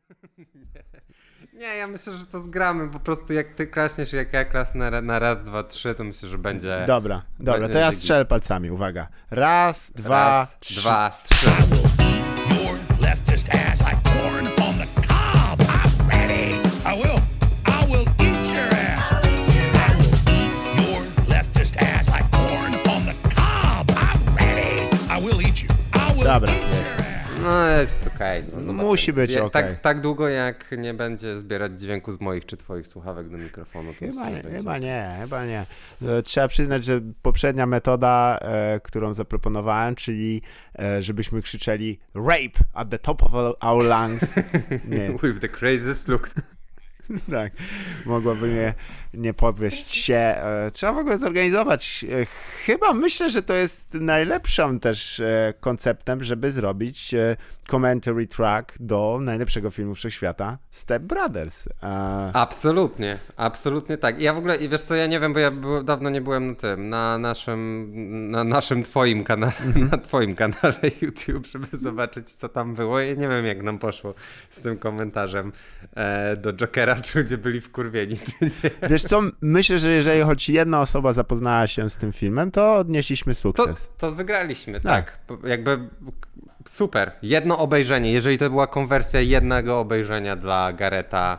Nie, ja myślę, że to zgramy. Po prostu jak ty klaśniesz, jak ja klasnę na raz, dwa, trzy, to myślę, że będzie... Dobra, to ja strzelę palcami, uwaga. Raz, dwa, trzy. Your leftist ass like corn on the cob. I'm ready. I will eat your ass. Your leftist ass like corn on the cob. I'm ready. I will eat you. Dobra, jest. No jest okej. No, musi być okej. Tak długo jak nie będzie zbierać dźwięku z moich czy twoich słuchawek do mikrofonu. To Chyba nie. Trzeba przyznać, że poprzednia metoda, którą zaproponowałem, czyli żebyśmy krzyczeli rape at the top of our lungs. Nie. With the craziest look. Tak, mogłoby nie podwieść się. Trzeba w ogóle zorganizować. Chyba myślę, że to jest najlepszym też konceptem, żeby zrobić commentary track do najlepszego filmu wszechświata, Step Brothers. Absolutnie tak. Ja w ogóle, wiesz co, ja nie wiem, bo ja dawno nie byłem na naszym twoim kanale, na twoim kanale YouTube, żeby zobaczyć, co tam było. Ja nie wiem, jak nam poszło z tym komentarzem do Jokera, czy ludzie byli wkurwieni, czy nie. Wiesz co, myślę, że jeżeli choć jedna osoba zapoznała się z tym filmem, to odnieśliśmy sukces. To wygraliśmy, tak. Jakby super. Jedno obejrzenie, jeżeli to była konwersja jednego obejrzenia dla Gareta.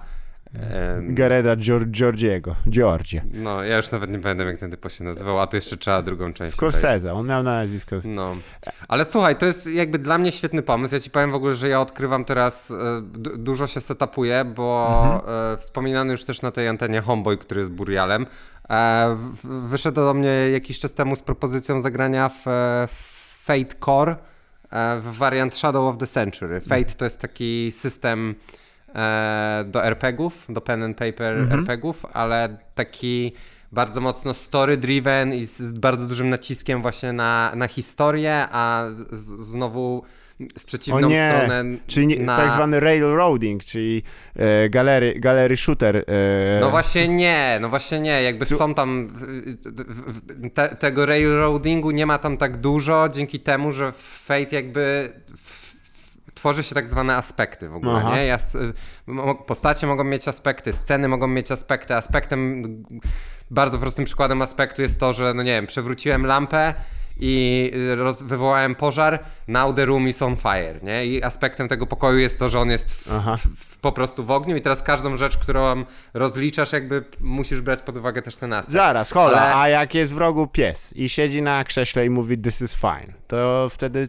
Georgie. No, ja już nawet nie pamiętam, jak ten typ się nazywał, a tu jeszcze trzeba drugą część. Scorsese, on miał na nazwisko. No, ale słuchaj, to jest jakby dla mnie świetny pomysł. Ja ci powiem w ogóle, że ja odkrywam teraz, dużo się setupuję, bo wspominany już też na tej antenie Homeboy, który jest Burialem, wyszedł do mnie jakiś czas temu z propozycją zagrania w Fate Core w wariant Shadow of the Century. Fate to jest taki system do RPG-ów, do pen and paper RPG-ów, ale taki bardzo mocno story-driven i z bardzo dużym naciskiem właśnie na historię, a znowu w przeciwną stronę. Czyli tak zwany railroading, czyli galery shooter. No właśnie nie, jakby są tam tego railroadingu nie ma tam tak dużo, dzięki temu, że Fate jakby tworzy się tak zwane aspekty w ogóle, nie? Postacie mogą mieć aspekty, sceny mogą mieć aspekty. Aspektem, bardzo prostym przykładem aspektu jest to, że, no nie wiem, przewróciłem lampę i wywołałem pożar, now the room is on fire, nie? I aspektem tego pokoju jest to, że on jest po prostu w ogniu i teraz każdą rzecz, którą rozliczasz, jakby musisz brać pod uwagę też ten aspekt. Zaraz, a jak jest w rogu pies i siedzi na krześle i mówi this is fine, to wtedy...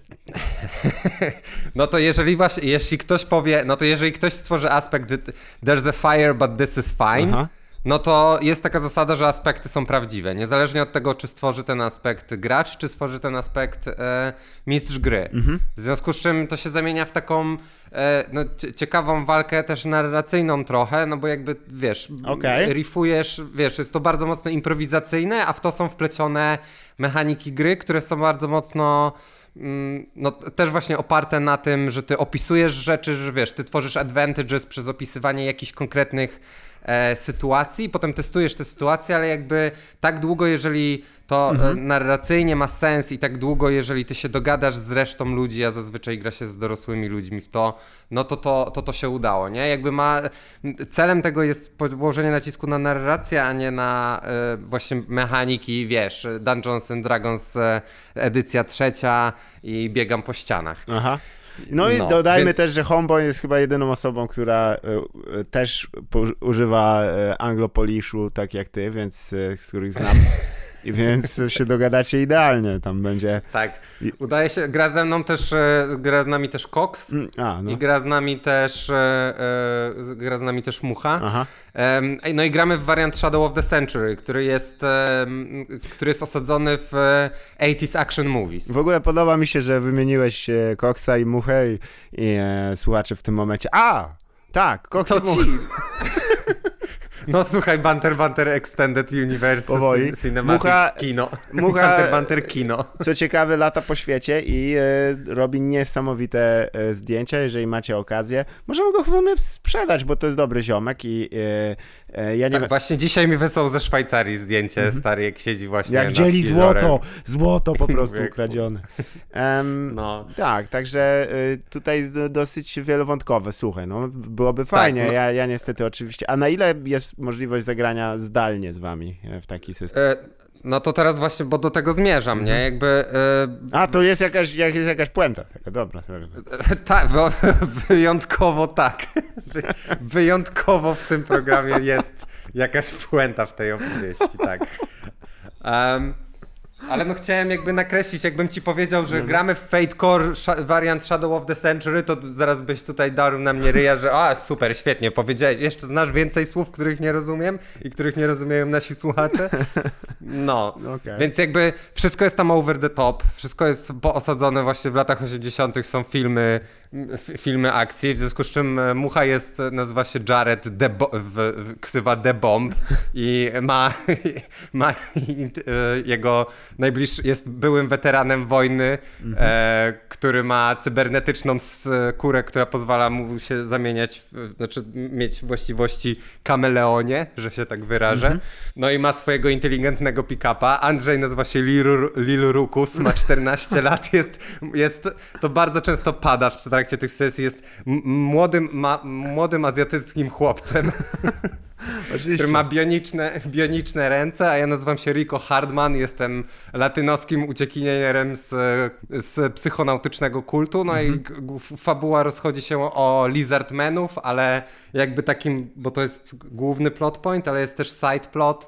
No to jeśli ktoś powie, no to jeżeli ktoś stworzy aspekt there's a fire but this is fine, no to jest taka zasada, że aspekty są prawdziwe. Niezależnie od tego, czy stworzy ten aspekt gracz, czy stworzy ten aspekt mistrz gry. W związku z czym to się zamienia w taką ciekawą walkę też narracyjną trochę, no bo jakby, wiesz, riffujesz, wiesz, jest to bardzo mocno improwizacyjne, a w to są wplecione mechaniki gry, które są bardzo mocno... No też właśnie oparte na tym, że ty opisujesz rzeczy, że wiesz, ty tworzysz advantages przez opisywanie jakichś konkretnych sytuacji, potem testujesz te sytuacje, ale jakby tak długo, jeżeli to narracyjnie ma sens i tak długo, jeżeli ty się dogadasz z resztą ludzi, a zazwyczaj gra się z dorosłymi ludźmi w to, no to się udało, nie? Jakby celem tego jest położenie nacisku na narrację, a nie na właśnie mechaniki, wiesz, Dungeons and Dragons edycja 3 i biegam po ścianach. No i dodajmy też, że Homeboy jest chyba jedyną osobą, która też używa anglopoliszu, tak jak ty, więc z których znam. I więc się dogadacie idealnie, tam będzie... Tak, udaje się, gra z nami też Cox i gra z nami też Mucha. No i gramy w wariant Shadow of the Century, który jest osadzony w 80s action movies. W ogóle podoba mi się, że wymieniłeś Coxa i Muchę i słuchacze w tym momencie. Tak, Cox i Mucha. No słuchaj, Banter Extended Universe Cinematic Kino. Banter Kino. Co ciekawe, lata po świecie i robi niesamowite zdjęcia, jeżeli macie okazję. Możemy go chyba sprzedać, bo to jest dobry ziomek i ja nie tak, właśnie dzisiaj mi wysłał ze Szwajcarii zdjęcie, stary, jak siedzi właśnie jak dzieli złoto po prostu ukradzione. No. Tak, także tutaj dosyć wielowątkowe, słuchaj, no byłoby fajnie, no. ja niestety oczywiście, a na ile jest możliwość zagrania zdalnie z wami w taki system? No to teraz właśnie, bo do tego zmierzam, nie? Jakby... A, to jest jakaś puenta. Taka, dobra. Tak, wyjątkowo tak. Wyjątkowo w tym programie jest jakaś puenta w tej opowieści, tak. Ale no chciałem jakby nakreślić, jakbym ci powiedział, że gramy w Fate Core wariant Shadow of the Century, to zaraz byś tutaj darł na mnie ryja, że super, świetnie, powiedziałeś, jeszcze znasz więcej słów, których nie rozumiem i których nie rozumieją nasi słuchacze. No, okay. Więc jakby wszystko jest tam over the top, wszystko jest osadzone właśnie w latach 80. są filmy akcji, w związku z czym Mucha nazywa się Jared ksywa The Bomb i ma jego najbliższy, jest byłym weteranem wojny, który ma cybernetyczną skórę, która pozwala mu się zamieniać, znaczy mieć właściwości kameleonie, że się tak wyrażę. No i ma swojego inteligentnego pick-upa. Andrzej nazywa się Lil Rukus, ma 14 lat, to bardzo często pada w trakcie tych sesji, jest młodym azjatyckim chłopcem. Który ma bioniczne ręce, a ja nazywam się Rico Hardman, jestem latynoskim uciekinierem z psychonautycznego kultu, no i fabuła rozchodzi się o Lizardmenów, ale jakby takim, bo to jest główny plot point, ale jest też side plot,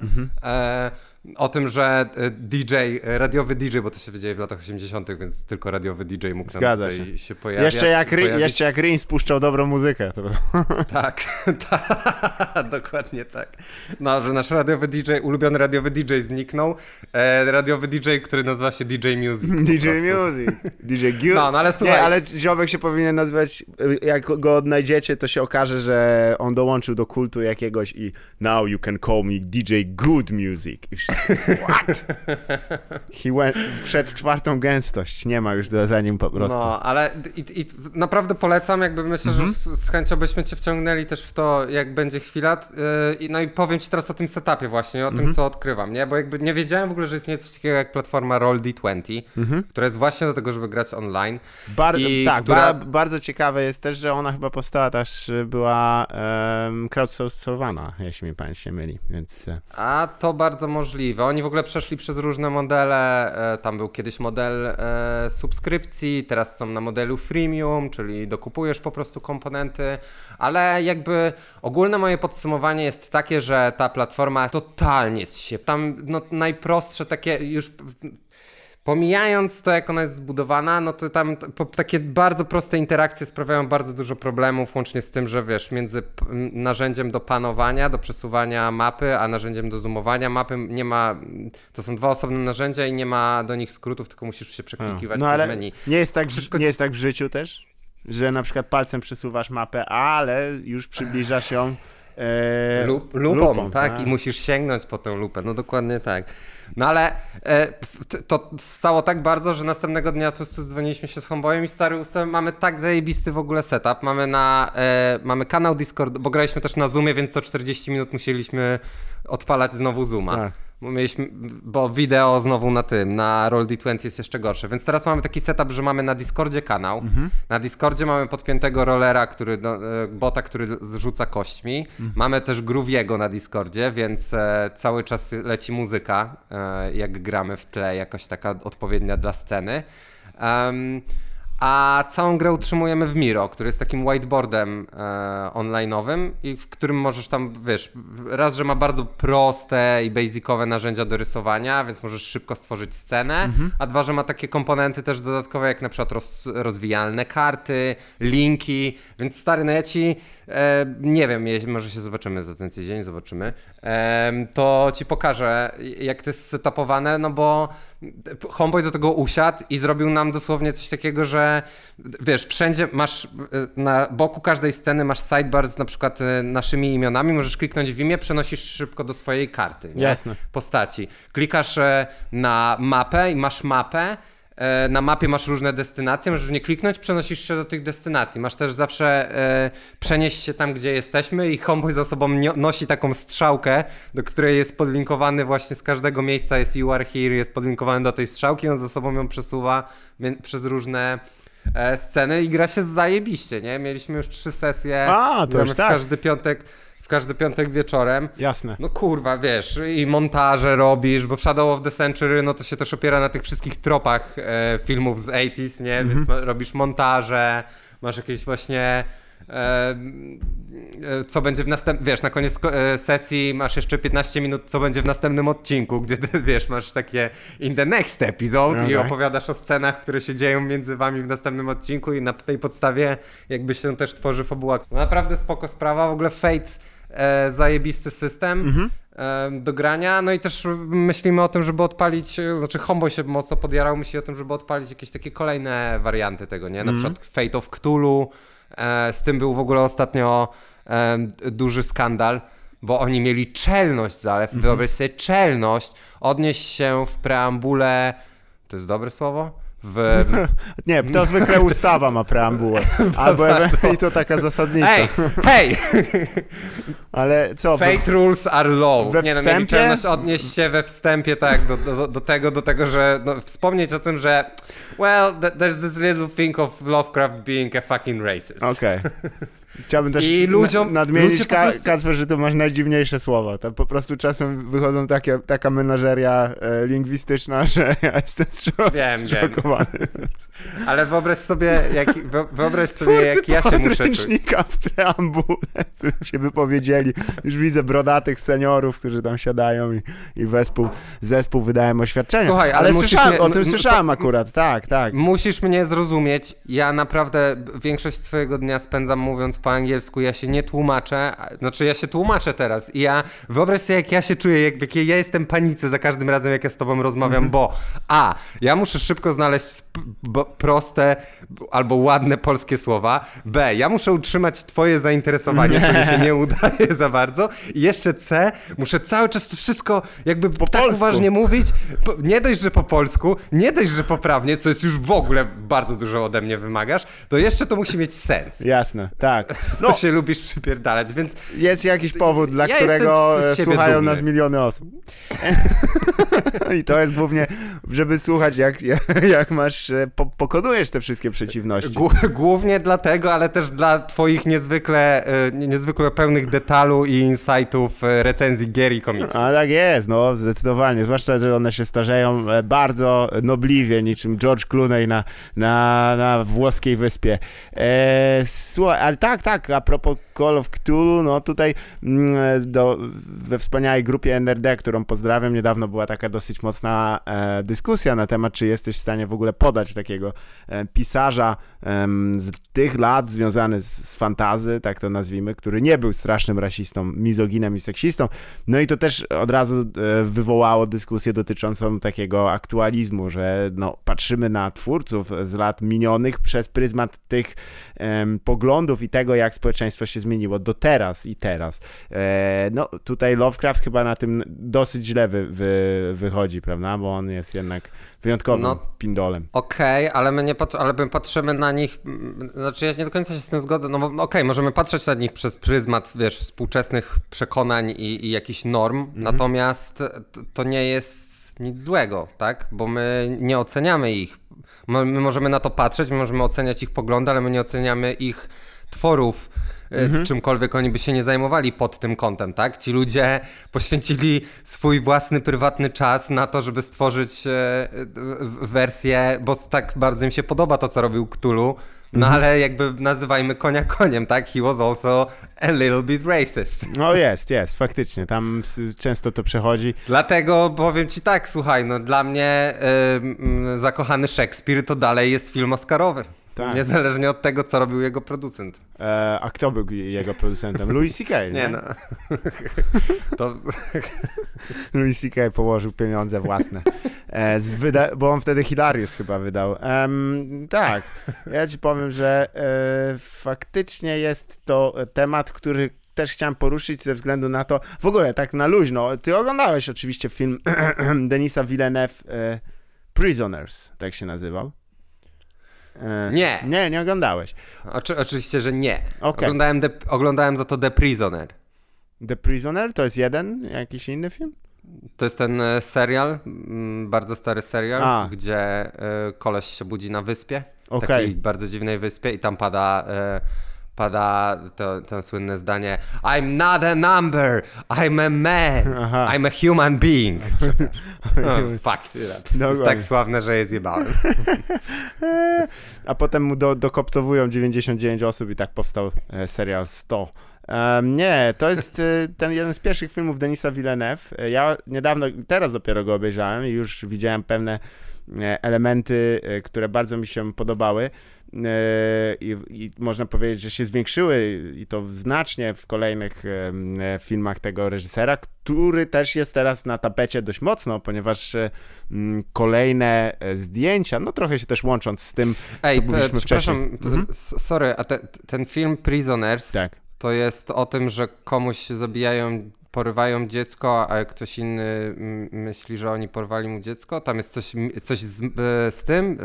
o tym, że radiowy DJ, bo to się dzieje w latach 80., więc tylko radiowy DJ mógł tam tutaj się pojawiać. Jeszcze jak Rin spuszczał dobrą muzykę. To... Tak, dokładnie tak. No, że nasz ulubiony radiowy DJ zniknął. Radiowy DJ, który nazywa się DJ Music. DJ Music. DJ Gil. No, ale słuchaj. Nie, ale ziomek się powinien nazywać, jak go odnajdziecie, to się okaże, że on dołączył do kultu jakiegoś i now you can call me DJ Good Music. What? Wszedł w 4. gęstość, nie ma już za nim po prostu. No, ale i naprawdę polecam, jakby myślę, że z chęcią byśmy cię wciągnęli też w to, jak będzie chwila. No i powiem ci teraz o tym setupie właśnie, o tym, co odkrywam, nie? Bo jakby nie wiedziałem w ogóle, że istnieje coś takiego jak platforma Roll20, która jest właśnie do tego, żeby grać online. Bardzo ciekawe jest też, że ona chyba powstała też, była crowdsourcowana, jeśli mi pamięć się myli, więc... A to bardzo możliwe. Oni w ogóle przeszli przez różne modele, tam był kiedyś model subskrypcji, teraz są na modelu freemium, czyli dokupujesz po prostu komponenty, ale jakby ogólne moje podsumowanie jest takie, że ta platforma jest totalnie tam najprostsze takie już... Pomijając to, jak ona jest zbudowana, no to tam takie bardzo proste interakcje sprawiają bardzo dużo problemów, łącznie z tym, że wiesz, między narzędziem do panowania, do przesuwania mapy, a narzędziem do zoomowania mapy nie ma, to są dwa osobne narzędzia i nie ma do nich skrótów, tylko musisz się przeklikiwać przez menu. Nie jest tak w życiu też, że na przykład palcem przesuwasz mapę, ale już przybliżasz ją lupą, tak? I musisz sięgnąć po tę lupę, no dokładnie tak. No ale to stało tak bardzo, że następnego dnia po prostu dzwoniliśmy się z Homeboyem i stary mamy tak zajebisty w ogóle setup, mamy kanał Discord, bo graliśmy też na Zoomie, więc co 40 minut musieliśmy odpalać znowu Zooma. Tak. Bo wideo znowu na Roll20 jest jeszcze gorsze, więc teraz mamy taki setup, że mamy na Discordzie kanał, na Discordzie mamy podpiętego rollera, bota, który zrzuca kośćmi, mamy też Grooviego na Discordzie, więc cały czas leci muzyka, jak gramy w tle, jakaś taka odpowiednia dla sceny. A całą grę utrzymujemy w Miro, który jest takim whiteboardem online'owym i w którym możesz tam, wiesz, raz, że ma bardzo proste i basicowe narzędzia do rysowania, więc możesz szybko stworzyć scenę, a dwa, że ma takie komponenty też dodatkowe, jak na przykład rozwijalne karty, linki, więc stary, no ja ci, nie wiem, może się zobaczymy za ten tydzień, to ci pokażę, jak to jest setupowane, no bo Homeboy do tego usiadł i zrobił nam dosłownie coś takiego, że że wiesz, wszędzie masz, na boku każdej sceny masz sidebar z na przykład naszymi imionami, możesz kliknąć w imię, przenosisz szybko do swojej karty, nie? Jasne. Postaci. Klikasz na mapę i masz mapę, na mapie masz różne destynacje, możesz nie kliknąć, przenosisz się do tych destynacji. Masz też zawsze przenieść się tam, gdzie jesteśmy i homeboy za sobą nosi taką strzałkę, do której jest podlinkowany właśnie z każdego miejsca, jest you are here, jest podlinkowany do tej strzałki, on za sobą ją przesuwa przez różne sceny i gra się zajebiście, nie? Mieliśmy już 3 sesje, to już tak. W każdy piątek wieczorem. Jasne. No kurwa, wiesz, i montaże robisz, bo w Shadow of the Century, no to się też opiera na tych wszystkich tropach filmów z 80s, nie? Więc robisz montaże, masz jakieś właśnie... co będzie w następnym, wiesz, na koniec sesji masz jeszcze 15 minut, co będzie w następnym odcinku, gdzie wiesz, masz takie in the next episode i opowiadasz o scenach, które się dzieją między wami w następnym odcinku i na tej podstawie jakby się też tworzy fabuła. No naprawdę spoko sprawa, w ogóle Fate zajebisty system do grania, no i też myślimy o tym, żeby odpalić, znaczy Homeboy się mocno podjarał, myśli o tym, żeby odpalić jakieś takie kolejne warianty tego, nie? Na przykład Fate of Cthulhu, z tym był w ogóle ostatnio duży skandal, bo oni mieli czelność, wyobraź sobie czelność, odnieść się w preambule, to jest dobre słowo? Nie, to zwykle ustawa ma preambułę. Albo i to taka zasadnicza. Hej! Ale co? Fake rules are law. We nie, no, wstępie? mieli czelność odnieść się we wstępie tak do tego, że wspomnieć o tym, że there's this little thing of Lovecraft being a fucking racist. Okej. Chciałbym też nadmienić, Kacper, że to masz najdziwniejsze słowa. Tam po prostu czasem wychodzą taka menażeria lingwistyczna, że ja jestem zszokowany. Ale wyobraź sobie, jak ja się muszę czuć. W preambule się wypowiedzieli. Już widzę brodatych seniorów, którzy tam siadają i zespół wydają oświadczenia. Słuchaj, ale słyszałem akurat, tak. Musisz mnie zrozumieć. Ja naprawdę większość swojego dnia spędzam mówiąc po angielsku, ja się nie tłumaczę, znaczy ja się tłumaczę teraz i wyobraź sobie, jak ja się czuję, w jakiej ja jestem panice za każdym razem, jak ja z tobą rozmawiam, bo ja muszę szybko znaleźć proste albo ładne polskie słowa, ja muszę utrzymać twoje zainteresowanie, co mi się nie udaje za bardzo i jeszcze muszę cały czas to wszystko jakby po tak polsku uważnie mówić, nie dość, że po polsku, nie dość, że poprawnie, co jest już w ogóle bardzo dużo ode mnie wymagasz, to jeszcze to musi mieć sens. Jasne, tak. No, się lubisz przypierdalać, więc... Jest jakiś powód, dla którego słuchają nas miliony osób. I to jest głównie, żeby słuchać, jak masz, pokonujesz te wszystkie przeciwności. Głównie dlatego, ale też dla twoich niezwykle pełnych detalu i insightów recenzji gier i komiksów. A tak jest, no zdecydowanie. Zwłaszcza, że one się starzeją bardzo nobliwie, niczym George Clooney na włoskiej wyspie. Słuchaj, ale tak, a propos Call of Cthulhu, no tutaj we wspaniałej grupie NRD, którą pozdrawiam, niedawno była taka dosyć mocna dyskusja na temat, czy jesteś w stanie w ogóle podać takiego pisarza z tych lat związany z fantasy, tak to nazwijmy, który nie był strasznym rasistą, mizoginem i seksistą. No i to też od razu wywołało dyskusję dotyczącą takiego aktualizmu, że patrzymy na twórców z lat minionych przez pryzmat tych poglądów i tego, jak społeczeństwo się zmieniło do teraz i teraz. Tutaj Lovecraft chyba na tym dosyć źle wychodzi, prawda? Bo on jest jednak wyjątkowym pindolem. Okej, ale my patrzymy na nich, znaczy ja nie do końca się z tym zgodzę, no bo możemy patrzeć na nich przez pryzmat, wiesz, współczesnych przekonań i jakichś norm, natomiast to nie jest nic złego, tak? Bo my nie oceniamy ich. My możemy na to patrzeć, my możemy oceniać ich poglądy, ale my nie oceniamy ich tworów, czymkolwiek oni by się nie zajmowali pod tym kątem, tak? Ci ludzie poświęcili swój własny, prywatny czas na to, żeby stworzyć wersję, bo tak bardzo im się podoba to, co robił Cthulhu, ale jakby nazywajmy konia koniem, tak? He was also a little bit racist. No jest, faktycznie, tam często to przechodzi. Dlatego powiem ci tak, słuchaj, dla mnie Zakochany Szekspir to dalej jest film oscarowy. Tak. Niezależnie od tego, co robił jego producent. A kto był jego producentem? Louis C.K., nie? To... Louis C.K. położył pieniądze własne. Bo on wtedy Hilarious chyba wydał. Tak, ja ci powiem, że faktycznie jest to temat, który też chciałem poruszyć ze względu na to, w ogóle tak na luźno, ty oglądałeś oczywiście film Denisa Villeneuve Prisoners, tak się nazywał? Nie oglądałeś. Oczywiście, że nie. Okay. Oglądałem za to The Prisoner. The Prisoner? To jest jakiś inny film? To jest ten serial, bardzo stary serial, gdzie koleś się budzi na wyspie, takiej bardzo dziwnej wyspie i tam pada to słynne zdanie I'm not a number, I'm a man, I'm a human being. Fakt. Jest tak sławne, że je zjebałem. A potem mu dokoptowują 99 osób i tak powstał serial 100. Nie, to jest ten jeden z pierwszych filmów Denisa Villeneuve. Ja teraz dopiero go obejrzałem i już widziałem pewne elementy, które bardzo mi się podobały. I można powiedzieć, że się zwiększyły i to znacznie w kolejnych filmach tego reżysera, który też jest teraz na tapecie dość mocno, ponieważ kolejne zdjęcia, no trochę się też łącząc z tym, co mówiliśmy wcześniej. Sorry, a ten film Prisoners to jest o tym, że komuś porywają dziecko, a ktoś inny myśli, że oni porwali mu dziecko? Tam jest coś z tym?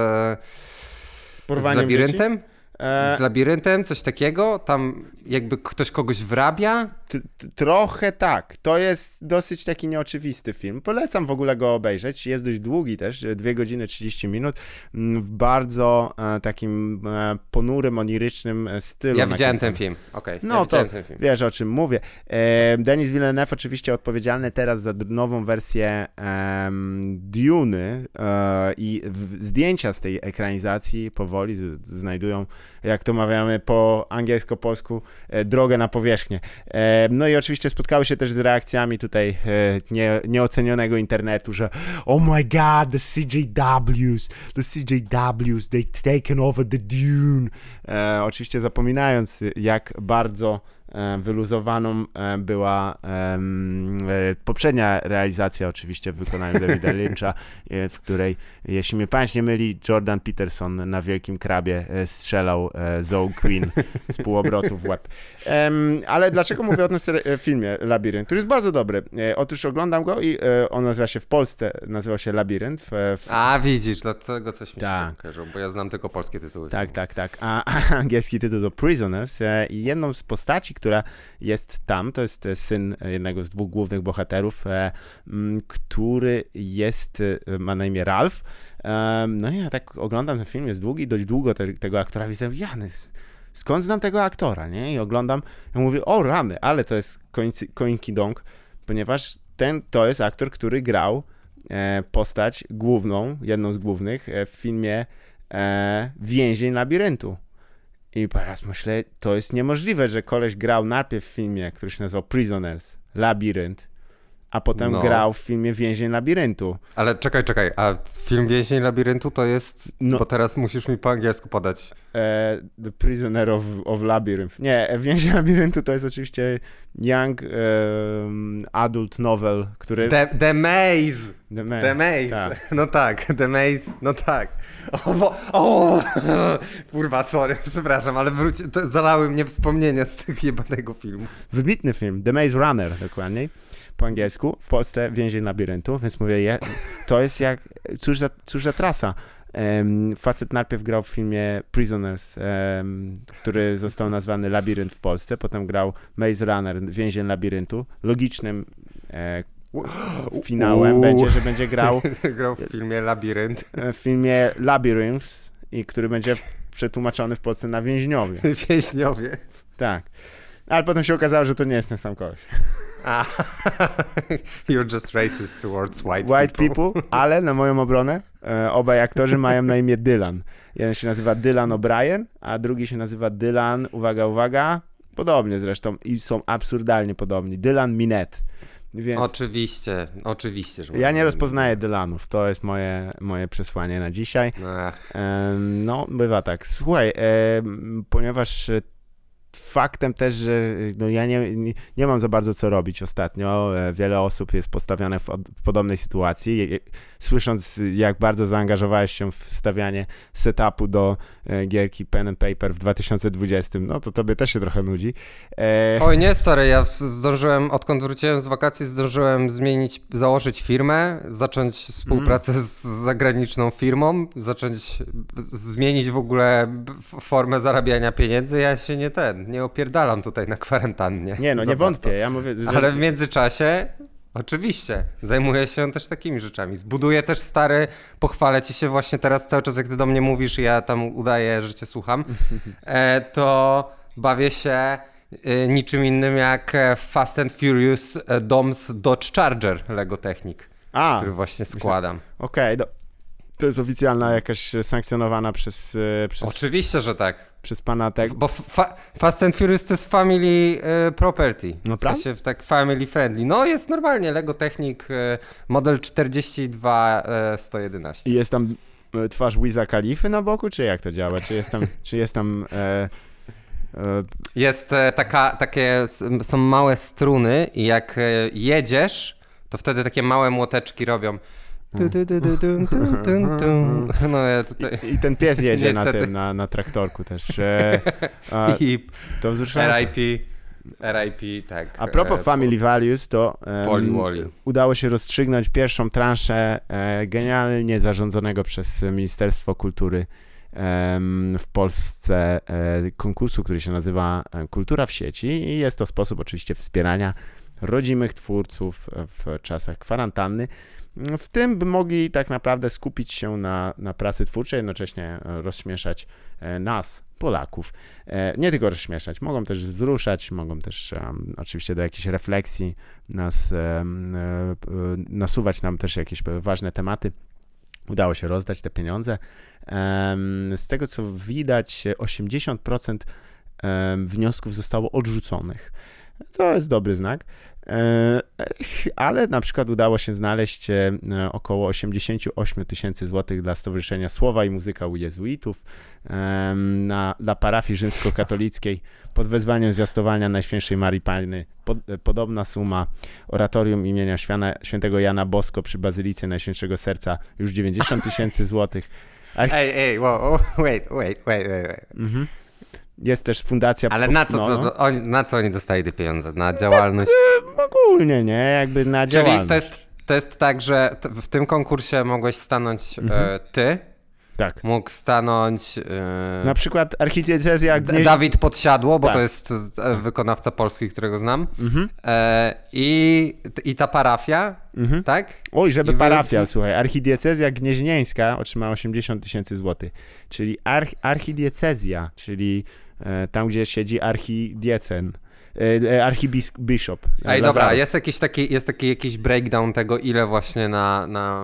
Z labiryntem? Z labiryntem, coś takiego? Tam jakby ktoś kogoś wrabia? Trochę tak. To jest dosyć taki nieoczywisty film. Polecam w ogóle go obejrzeć. Jest dość długi też, 2 godziny 30 minut. W bardzo takim ponurym, onirycznym stylu. Ja widziałem ten film. No to wiesz, o czym mówię. Denis Villeneuve oczywiście odpowiedzialny teraz za nową wersję Duny i zdjęcia z tej ekranizacji powoli znajdują, jak to mawiamy po angielsko-polsku, drogę na powierzchnię. No i oczywiście spotkały się też z reakcjami tutaj nieocenionego internetu, że oh my god, the CJWs, they've taken over the Dune. Oczywiście zapominając, jak bardzo wyluzowaną była poprzednia realizacja, oczywiście w wykonaniu Davida Lyncha, w której, jeśli mnie pamięć nie myli, Jordan Peterson na Wielkim Krabie strzelał Zoe Quinn z półobrotu w łeb. Ale dlaczego mówię o tym filmie Labirynt, który jest bardzo dobry? Otóż oglądam go i on nazywał się Labirynt. Widzisz, dlatego coś mi się kojarzy, bo ja znam tylko polskie tytuły. Tak. A angielski tytuł to Prisoners i jedną z postaci, która jest tam, to jest syn jednego z 2 głównych bohaterów, który ma na imię Ralph. No i ja tak oglądam ten film, jest długi, dość długo tego aktora widzę, skąd znam tego aktora, nie? I oglądam, ja mówię, o rany, ale to jest koinkidong, ponieważ to jest aktor, który grał postać główną, jedną z głównych w filmie Więzień Labiryntu. I teraz myślę, to jest niemożliwe, że koleś grał najpierw w filmie, który się nazywał Prisoners, Labirynt, a potem grał w filmie Więzień Labiryntu. Ale czekaj, a film Więzień Labiryntu to jest, bo teraz musisz mi po angielsku podać. The Prisoner of Labyrinth. Nie, Więzień Labiryntu to jest oczywiście young adult novel, który... The Maze! The Maze. Tak. No tak, The Maze, no tak. Kurwa, sorry, przepraszam, ale zalały mnie wspomnienia z tego jebanego filmu. Wybitny film, The Maze Runner dokładniej, po angielsku, w Polsce Więzień Labiryntu, więc mówię, to jest jak, cóż za trasa. Facet najpierw grał w filmie Prisoners, który został nazwany Labirynt w Polsce, potem grał Maze Runner, Więzień Labiryntu. Logicznym finałem będzie grał w filmie Labirynt. W filmie Labyrinths, który będzie przetłumaczony w Polsce na Więźniowie. Więźniowie. Tak. Ale potem się okazało, że to nie jest ten sam koleś. You're just racist towards white people. Ale na moją obronę obaj aktorzy mają na imię Dylan. Jeden się nazywa Dylan O'Brien, a drugi się nazywa Dylan, uwaga, podobnie zresztą i są absurdalnie podobni. Dylan Minette. Więc oczywiście, że ja nie rozpoznaję Dylanów, to jest moje przesłanie na dzisiaj. No, bywa tak. Słuchaj, ponieważ faktem też, że no ja nie mam za bardzo co robić ostatnio. Wiele osób jest postawionych w podobnej sytuacji. Słysząc, jak bardzo zaangażowałeś się w stawianie setupu do gierki Pen and Paper w 2020, no to tobie też się trochę nudzi. Oj nie, sorry, ja zdążyłem, odkąd wróciłem z wakacji, zdążyłem założyć firmę, zacząć współpracę z zagraniczną firmą, zmienić w ogóle formę zarabiania pieniędzy. Ja się nie opierdalam tutaj na kwarantannie. Nie, no nie wątpię, ja mówię, że... Ale w międzyczasie, oczywiście, zajmuję się też takimi rzeczami. Zbuduję też pochwalę ci się właśnie teraz cały czas, jak ty do mnie mówisz i ja tam udaję, że cię słucham, to bawię się niczym innym jak Fast and Furious Doms Dodge Charger Lego Technic, który właśnie składam. Okej, to jest oficjalna jakaś sankcjonowana przez... Oczywiście, że tak. Przez pana tego. Bo Fast and Furious to jest family property. No w sensie tak family friendly. No jest normalnie Lego Technic model 42111. I jest tam twarz Wiza Khalify na boku, czy jak to działa? Czy jest tam Jest takie są małe struny i jak jedziesz, to wtedy takie małe młoteczki robią. No ja tutaj... I ten pies jedzie na traktorku też. I to wzruszające. RIP, tak. A propos Family Values, to udało się rozstrzygnąć pierwszą transzę genialnie zarządzonego przez Ministerstwo Kultury w Polsce konkursu, który się nazywa Kultura w sieci i jest to sposób oczywiście wspierania rodzimych twórców w czasach kwarantanny. W tym by mogli tak naprawdę skupić się na pracy twórczej, jednocześnie rozśmieszać nas, Polaków. Nie tylko rozśmieszać, mogą też wzruszać, mogą też oczywiście do jakiejś refleksji nasuwać nam też jakieś ważne tematy. Udało się rozdać te pieniądze. Z tego co widać, 80% wniosków zostało odrzuconych. To jest dobry znak. Ale na przykład udało się znaleźć około 88 000 złotych dla Stowarzyszenia Słowa i Muzyka u Jezuitów, dla parafii rzymskokatolickiej pod wezwaniem zwiastowania Najświętszej Marii Panny. Podobna suma, oratorium imienia świętego Jana Bosko przy Bazylice Najświętszego Serca już 90 000 złotych. Wait. Mhm. Jest też fundacja... Ale na co oni dostali te pieniądze? Na działalność? Tak, ogólnie, nie? Jakby na działalność. Czyli to jest tak, że w tym konkursie mogłeś stanąć ty, tak. Mógł stanąć... na przykład archidiecezja Dawid Podsiadło, bo to jest wykonawca polski, którego znam. I ta parafia, tak? Oj, żeby parafia, słuchaj. Archidiecezja gnieźnieńska otrzymała 80 000 złotych. Czyli archidiecezja, czyli tam, gdzie siedzi archidiecen. Archibishop. Ej, dobra, jest taki jakiś breakdown tego, ile właśnie na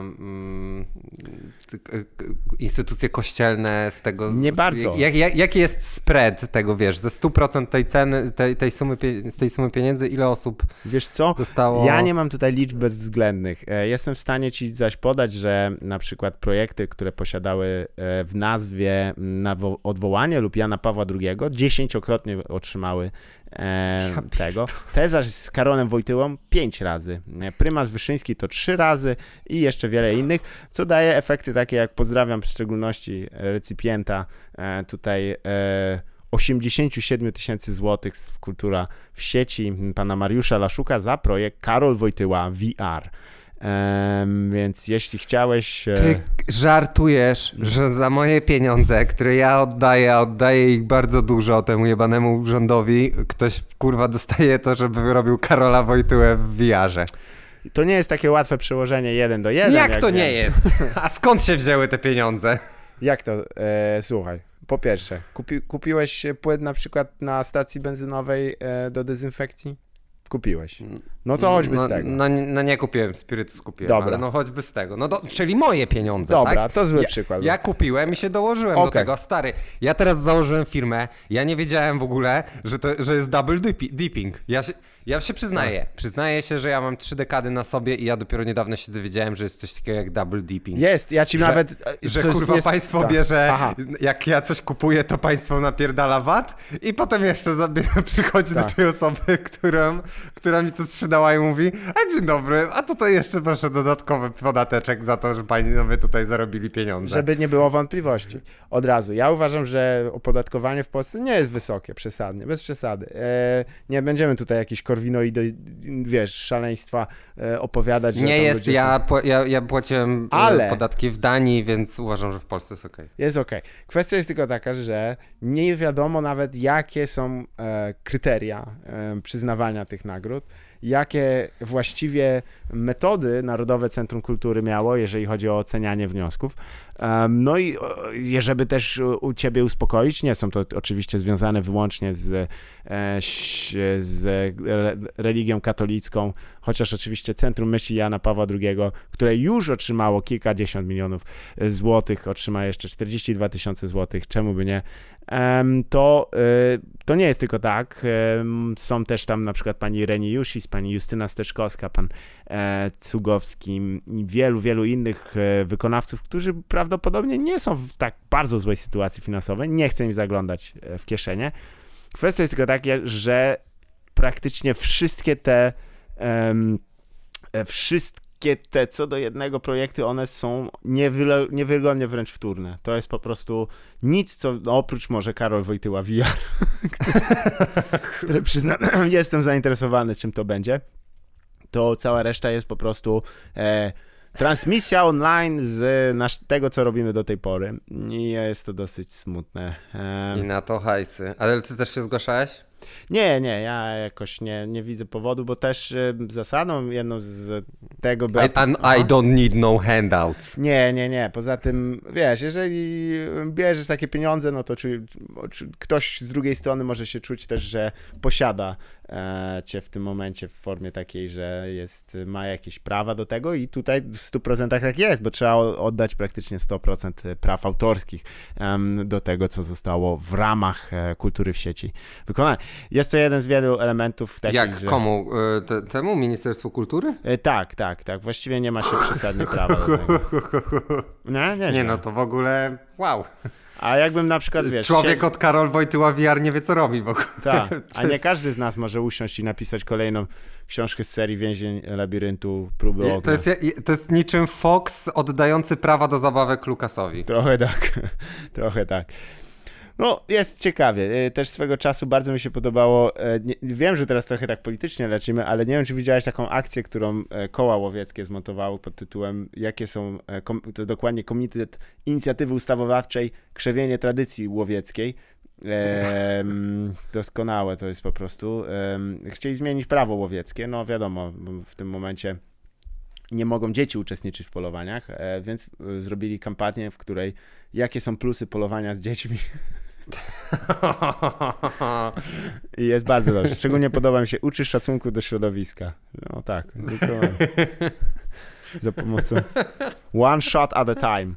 instytucje kościelne z tego... Nie bardzo. Jaki jest spread tego, wiesz, ze 100% tej ceny, z tej sumy pieniędzy, ile osób wiesz co? dostało... Ja nie mam tutaj liczb bezwzględnych. Jestem w stanie ci zaś podać, że na przykład projekty, które posiadały w nazwie odwołanie lub Jana Pawła II 10-krotnie otrzymały tego. Te zaś z Karolem Wojtyłą 5 razy. Prymas Wyszyński to 3 razy i jeszcze wiele innych, co daje efekty takie jak, pozdrawiam w szczególności recypienta tutaj 87 000 złotych z Kultura w sieci pana Mariusza Laszuka za projekt Karol Wojtyła VR. Więc jeśli chciałeś... Ty żartujesz, że za moje pieniądze, które ja oddaję ich bardzo dużo temu jebanemu urzędowi, ktoś kurwa dostaje to, żeby robił Karola Wojtyłę w VR-ze. To nie jest takie łatwe przełożenie 1 do 1. Jak to nie jest? A skąd się wzięły te pieniądze? Jak to? Słuchaj, po pierwsze, kupiłeś płyn na przykład na stacji benzynowej do dezynfekcji? kupiłeś. No to choćby z tego. No nie kupiłem, Spirytus kupiłem, Dobra. ale no choćby z tego. No czyli moje pieniądze, Dobra, tak? to zły przykład. Ja kupiłem i się dołożyłem do tego. Stary, ja teraz założyłem firmę, ja nie wiedziałem w ogóle, że jest double dipping. Ja się przyznaję. Przyznaję się, że ja mam 3 dekady na sobie i ja dopiero niedawno się dowiedziałem, że jest coś takiego jak double dipping. Jest, ja ci nawet... Że kurwa państwo bierze, Aha. jak ja coś kupuję, to państwo napierdala VAT i potem jeszcze przychodzi do tej osoby, która mi to sprzedała i mówi: a dzień dobry, a tutaj jeszcze proszę dodatkowy podateczek za to, że panowie tutaj zarobili pieniądze. Żeby nie było wątpliwości. Od razu. Ja uważam, że opodatkowanie w Polsce nie jest wysokie, przesadnie, bez przesady. Nie będziemy tutaj jakieś korwinoidy, szaleństwa opowiadać. Że nie jest, ludzie ja płaciłem podatki w Danii, więc uważam, że w Polsce jest okej. Jest okej. Kwestia jest tylko taka, że nie wiadomo nawet, jakie są kryteria przyznawania tych nagród, jakie właściwie metody Narodowe Centrum Kultury miało, jeżeli chodzi o ocenianie wniosków. No i żeby też u ciebie uspokoić, nie są to oczywiście związane wyłącznie z religią katolicką, chociaż oczywiście Centrum Myśli Jana Pawła II, które już otrzymało kilkadziesiąt milionów złotych, otrzyma jeszcze 42 000 złotych, czemu by nie, to nie jest tylko tak. Są też tam na przykład pani Reni Jusis, pani Justyna Steczkowska, pan Cugowski i wielu innych wykonawców, którzy prawdopodobnie nie są w tak bardzo złej sytuacji finansowej. Nie chcę im zaglądać w kieszenie. Kwestia jest tylko taka, że praktycznie wszystkie te co do jednego projektu, one są niewygodnie wręcz wtórne. To jest po prostu nic, co oprócz może Karol Wojtyła VR, który przyznam, jestem zainteresowany, czym to będzie. To cała reszta jest po prostu transmisja online z tego, co robimy do tej pory. I jest to dosyć smutne. I na to hajsy. Ale ty też się zgłaszałeś? Nie, ja jakoś nie widzę powodu, bo też zasadą jedną z tego była... I don't need no handouts. Nie. Poza tym, jeżeli bierzesz takie pieniądze, no to ktoś z drugiej strony może się czuć też, że posiada cię w tym momencie w formie takiej, że ma jakieś prawa do tego i tutaj w 100% tak jest, bo trzeba oddać praktycznie 100% praw autorskich do tego, co zostało w ramach kultury w sieci wykonane. Jest to jeden z wielu elementów takich, Jak? Że... Komu? Temu? Ministerstwu Kultury? Tak. Właściwie nie ma się przesadnie prawa do tego. Nie, no to w ogóle wow. A jakbym na przykład, Człowiek od Karol Wojtyła VR nie wie, co robi w ogóle. Tak, a nie każdy z nas może usiąść i napisać kolejną książkę z serii Więzień Labiryntu, Próby Ognia. To jest niczym Fox oddający prawa do zabawek Lucasowi. Trochę tak. No, jest ciekawie. Też swego czasu bardzo mi się podobało, wiem, że teraz trochę tak politycznie lecimy, ale nie wiem, czy widziałeś taką akcję, którą koła łowieckie zmontowały pod tytułem to dokładnie Komitet Inicjatywy Ustawodawczej Krzewienie Tradycji Łowieckiej. Doskonałe to jest po prostu. Chcieli zmienić prawo łowieckie, no wiadomo, w tym momencie nie mogą dzieci uczestniczyć w polowaniach, więc zrobili kampanię, w której jakie są plusy polowania z dziećmi. I jest bardzo dobrze. Szczególnie podoba mi się, uczysz szacunku do środowiska. No tak. Za pomocą one shot at a time.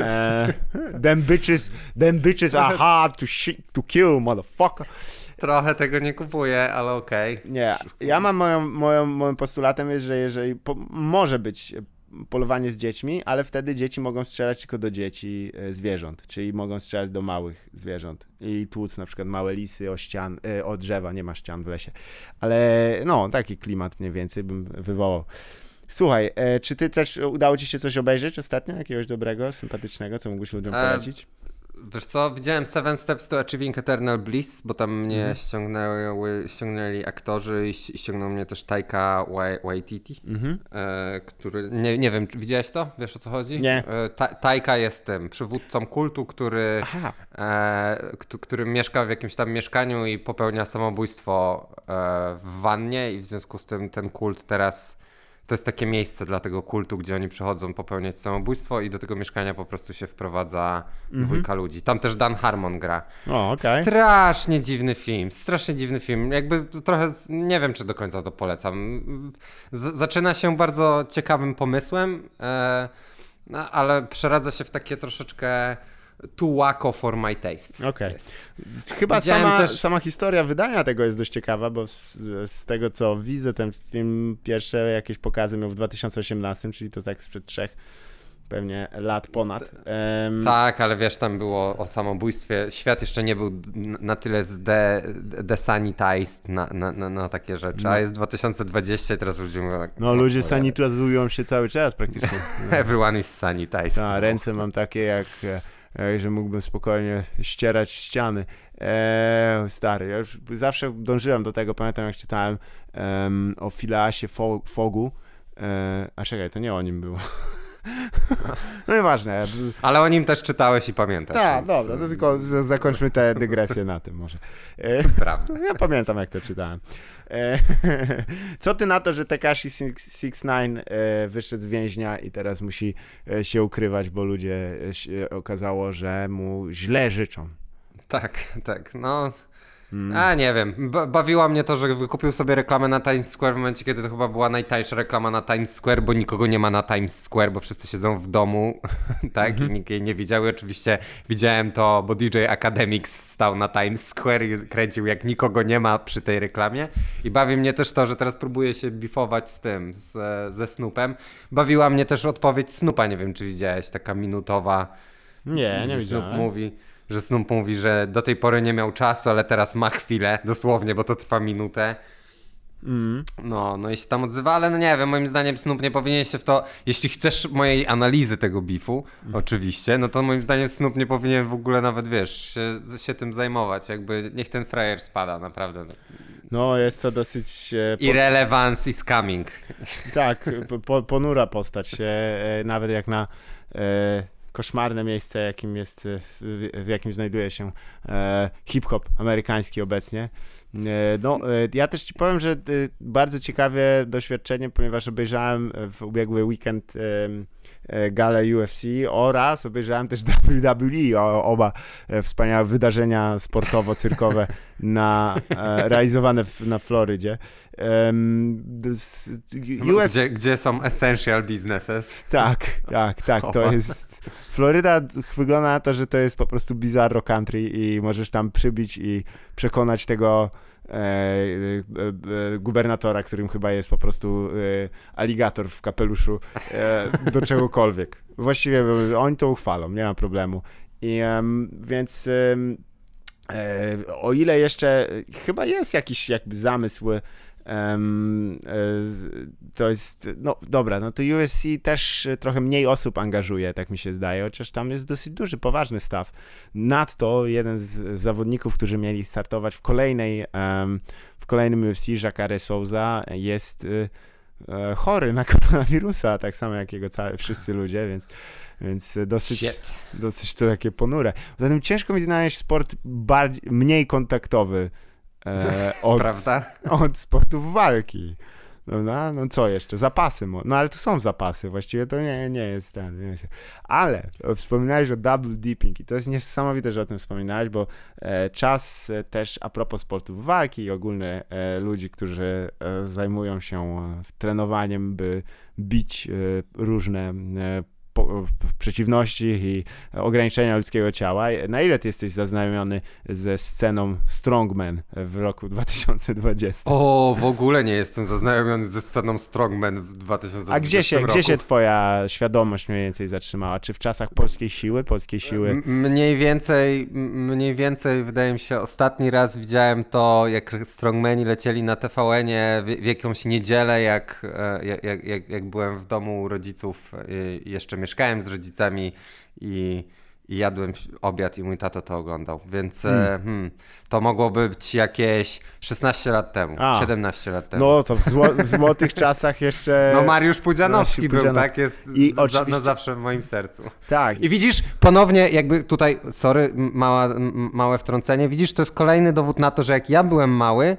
Them bitches are hard to kill, motherfucker. Trochę tego nie kupuję, ale okej. Nie, ja mam moim postulatem jest, że jeżeli może być polowanie z dziećmi, ale wtedy dzieci mogą strzelać tylko do dzieci zwierząt, czyli mogą strzelać do małych zwierząt i tłuc na przykład małe lisy o drzewa, nie ma ścian w lesie. Ale no, taki klimat mniej więcej bym wywołał. Słuchaj, czy ty też udało ci się coś obejrzeć ostatnio? Jakiegoś dobrego, sympatycznego, co mógłbyś ludziom polecić? Wiesz co, widziałem Seven Steps to Achieving Eternal Bliss, bo tam mnie ściągnęli aktorzy i ściągnął mnie też Taika Waititi, który, nie wiem, widziałeś to? Wiesz, o co chodzi? Nie. Taika jest tym przywódcą kultu, który mieszka w jakimś tam mieszkaniu i popełnia samobójstwo w wannie i w związku z tym ten kult teraz to jest takie miejsce dla tego kultu, gdzie oni przychodzą popełniać samobójstwo i do tego mieszkania po prostu się wprowadza dwójka ludzi. Tam też Dan Harmon gra. O, okej. Strasznie dziwny film. Jakby trochę, nie wiem, czy do końca to polecam. Zaczyna się bardzo ciekawym pomysłem, ale przeradza się w takie troszeczkę too wacko for my taste. Okej. Chyba sama historia wydania tego jest dość ciekawa, bo z tego co widzę, ten film pierwsze jakieś pokazy miał w 2018, czyli to tak sprzed 3 pewnie lat ponad. Tak, ale wiesz, tam było o samobójstwie. Świat jeszcze nie był na tyle desanitized na takie rzeczy, a jest 2020 i teraz ludzie mówią tak... No ludzie sanitizują się cały czas praktycznie. Everyone is sanitized. Tak, ręce mam takie jak... że mógłbym spokojnie ścierać ściany. Stary, ja już zawsze dążyłem do tego, pamiętam jak czytałem o Phileasie Foggu, a czekaj, to nie o nim było. No nieważne. Ale o nim też czytałeś i pamiętasz. Tak, dobra, to tylko zakończmy tę dygresję na tym może. Prawda. Ja pamiętam jak to czytałem. Co ty na to, że Tekashi 69 wyszedł z więźnia i teraz musi się ukrywać, bo ludzie się okazało, że mu źle życzą. Tak, no... A nie wiem, bawiła mnie to, że wykupił sobie reklamę na Times Square w momencie, kiedy to chyba była najtańsza reklama na Times Square, bo nikogo nie ma na Times Square, bo wszyscy siedzą w domu, tak, i nikt jej nie widział. I oczywiście widziałem to, bo DJ Academics stał na Times Square i kręcił jak nikogo nie ma przy tej reklamie. I bawi mnie też to, że teraz próbuje się bifować z tym, ze Snoopem. Bawiła mnie też odpowiedź Snoopa, nie wiem czy widziałeś, taka minutowa. Nie widziałem. Snoop mówi, że do tej pory nie miał czasu, ale teraz ma chwilę, dosłownie, bo to trwa minutę. No i się tam odzywa, ale no nie wiem, moim zdaniem Snoop nie powinien się w to, jeśli chcesz mojej analizy tego beefu, oczywiście, no to moim zdaniem Snoop nie powinien w ogóle nawet, wiesz, się tym zajmować, jakby niech ten frajer spada, naprawdę. No jest to dosyć... Irrelevance is coming. Tak, ponura postać, nawet jak na... koszmarne miejsce, w jakim znajduje się hip-hop amerykański obecnie. Ja też ci powiem, że bardzo ciekawe doświadczenie, ponieważ obejrzałem w ubiegły weekend galę UFC oraz obejrzałem też WWE, oba wspaniałe wydarzenia sportowo-cyrkowe realizowane na Florydzie. Gdzie są essential businesses. Tak, to jest... Floryda wygląda na to, że to jest po prostu bizarro country i możesz tam przybić i przekonać tego gubernatora, którym chyba jest po prostu aligator w kapeluszu, do czegokolwiek. Właściwie oni to uchwalą, nie ma problemu. I więc o ile jeszcze chyba jest jakiś jakby zamysł, to jest, no dobra, no to UFC też trochę mniej osób angażuje, tak mi się zdaje, chociaż tam jest dosyć duży, poważny staw. Nadto jeden z zawodników, którzy mieli startować w kolejnym UFC, Jacare Souza, jest chory na koronawirusa, tak samo jak jego wszyscy ludzie, więc dosyć to takie ponure. Zatem ciężko mi znaleźć sport mniej kontaktowy od sportów walki. No co jeszcze? Zapasy. No ale to są zapasy. Właściwie to nie jest ten. Ale wspominałeś o double dipping i to jest niesamowite, że o tym wspominałeś, bo czas też a propos sportów walki i ogólnie ludzi, którzy zajmują się trenowaniem, by bić różne przeciwności i ograniczenia ludzkiego ciała. Na ile ty jesteś zaznajomiony ze sceną Strongman w roku 2020? O, w ogóle nie jestem zaznajomiony ze sceną Strongman w 2020 roku. A gdzie się twoja świadomość mniej więcej zatrzymała? Czy w czasach polskiej siły? Mniej więcej wydaje mi się, ostatni raz widziałem to, jak Strongmani lecieli na TVN-ie w jakąś niedzielę, jak byłem w domu u rodziców, jeszcze mieszkałem z rodzicami i jadłem obiad i mój tato to oglądał, więc to mogłoby być jakieś 16 lat temu, 17 lat temu. No to w złotych czasach jeszcze... No Mariusz Pudzianowski był, tak? Jest na zawsze w moim sercu. Tak. I widzisz, ponownie jakby tutaj, sorry, małe wtrącenie, widzisz, to jest kolejny dowód na to, że jak ja byłem mały,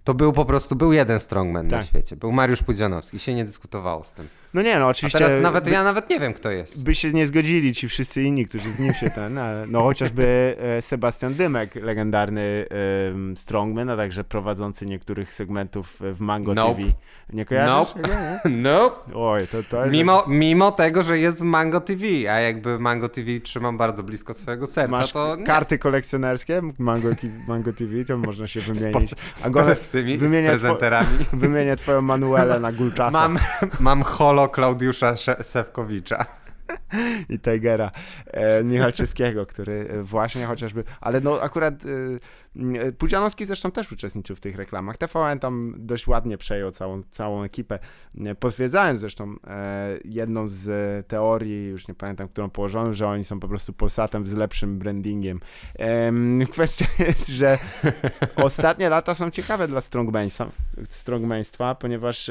to był jeden strongman na Tak. świecie. Był Mariusz Pudzianowski. Się nie dyskutowało z tym. No nie, no A oczywiście... teraz ja nawet nie wiem, kto jest. By się nie zgodzili ci wszyscy inni, którzy z nim się no chociażby Sebastian Dymek, legendarny strongman, a także prowadzący niektórych segmentów w Mango TV. Nie kojarzysz? Nope. Oj, to jest... Mimo tego, że jest w Mango TV, a jakby Mango TV trzymam bardzo blisko swojego serca, Masz to nie. karty kolekcjonerskie Mango TV, to można się wymienić. Z prezenterami. Wymienię twoją Manuelę na Gulczasa. Mam holo Klaudiusza Sewkowicza. I Tigera Michalczyskiego, który właśnie chociażby... Ale no akurat Pudzianowski zresztą też uczestniczył w tych reklamach. TVN tam dość ładnie przejął całą ekipę, potwierdzając zresztą jedną z teorii, już nie pamiętam, którą położono, że oni są po prostu Polsatem z lepszym brandingiem. Kwestia jest, że ostatnie lata są ciekawe dla strongmanstwa, ponieważ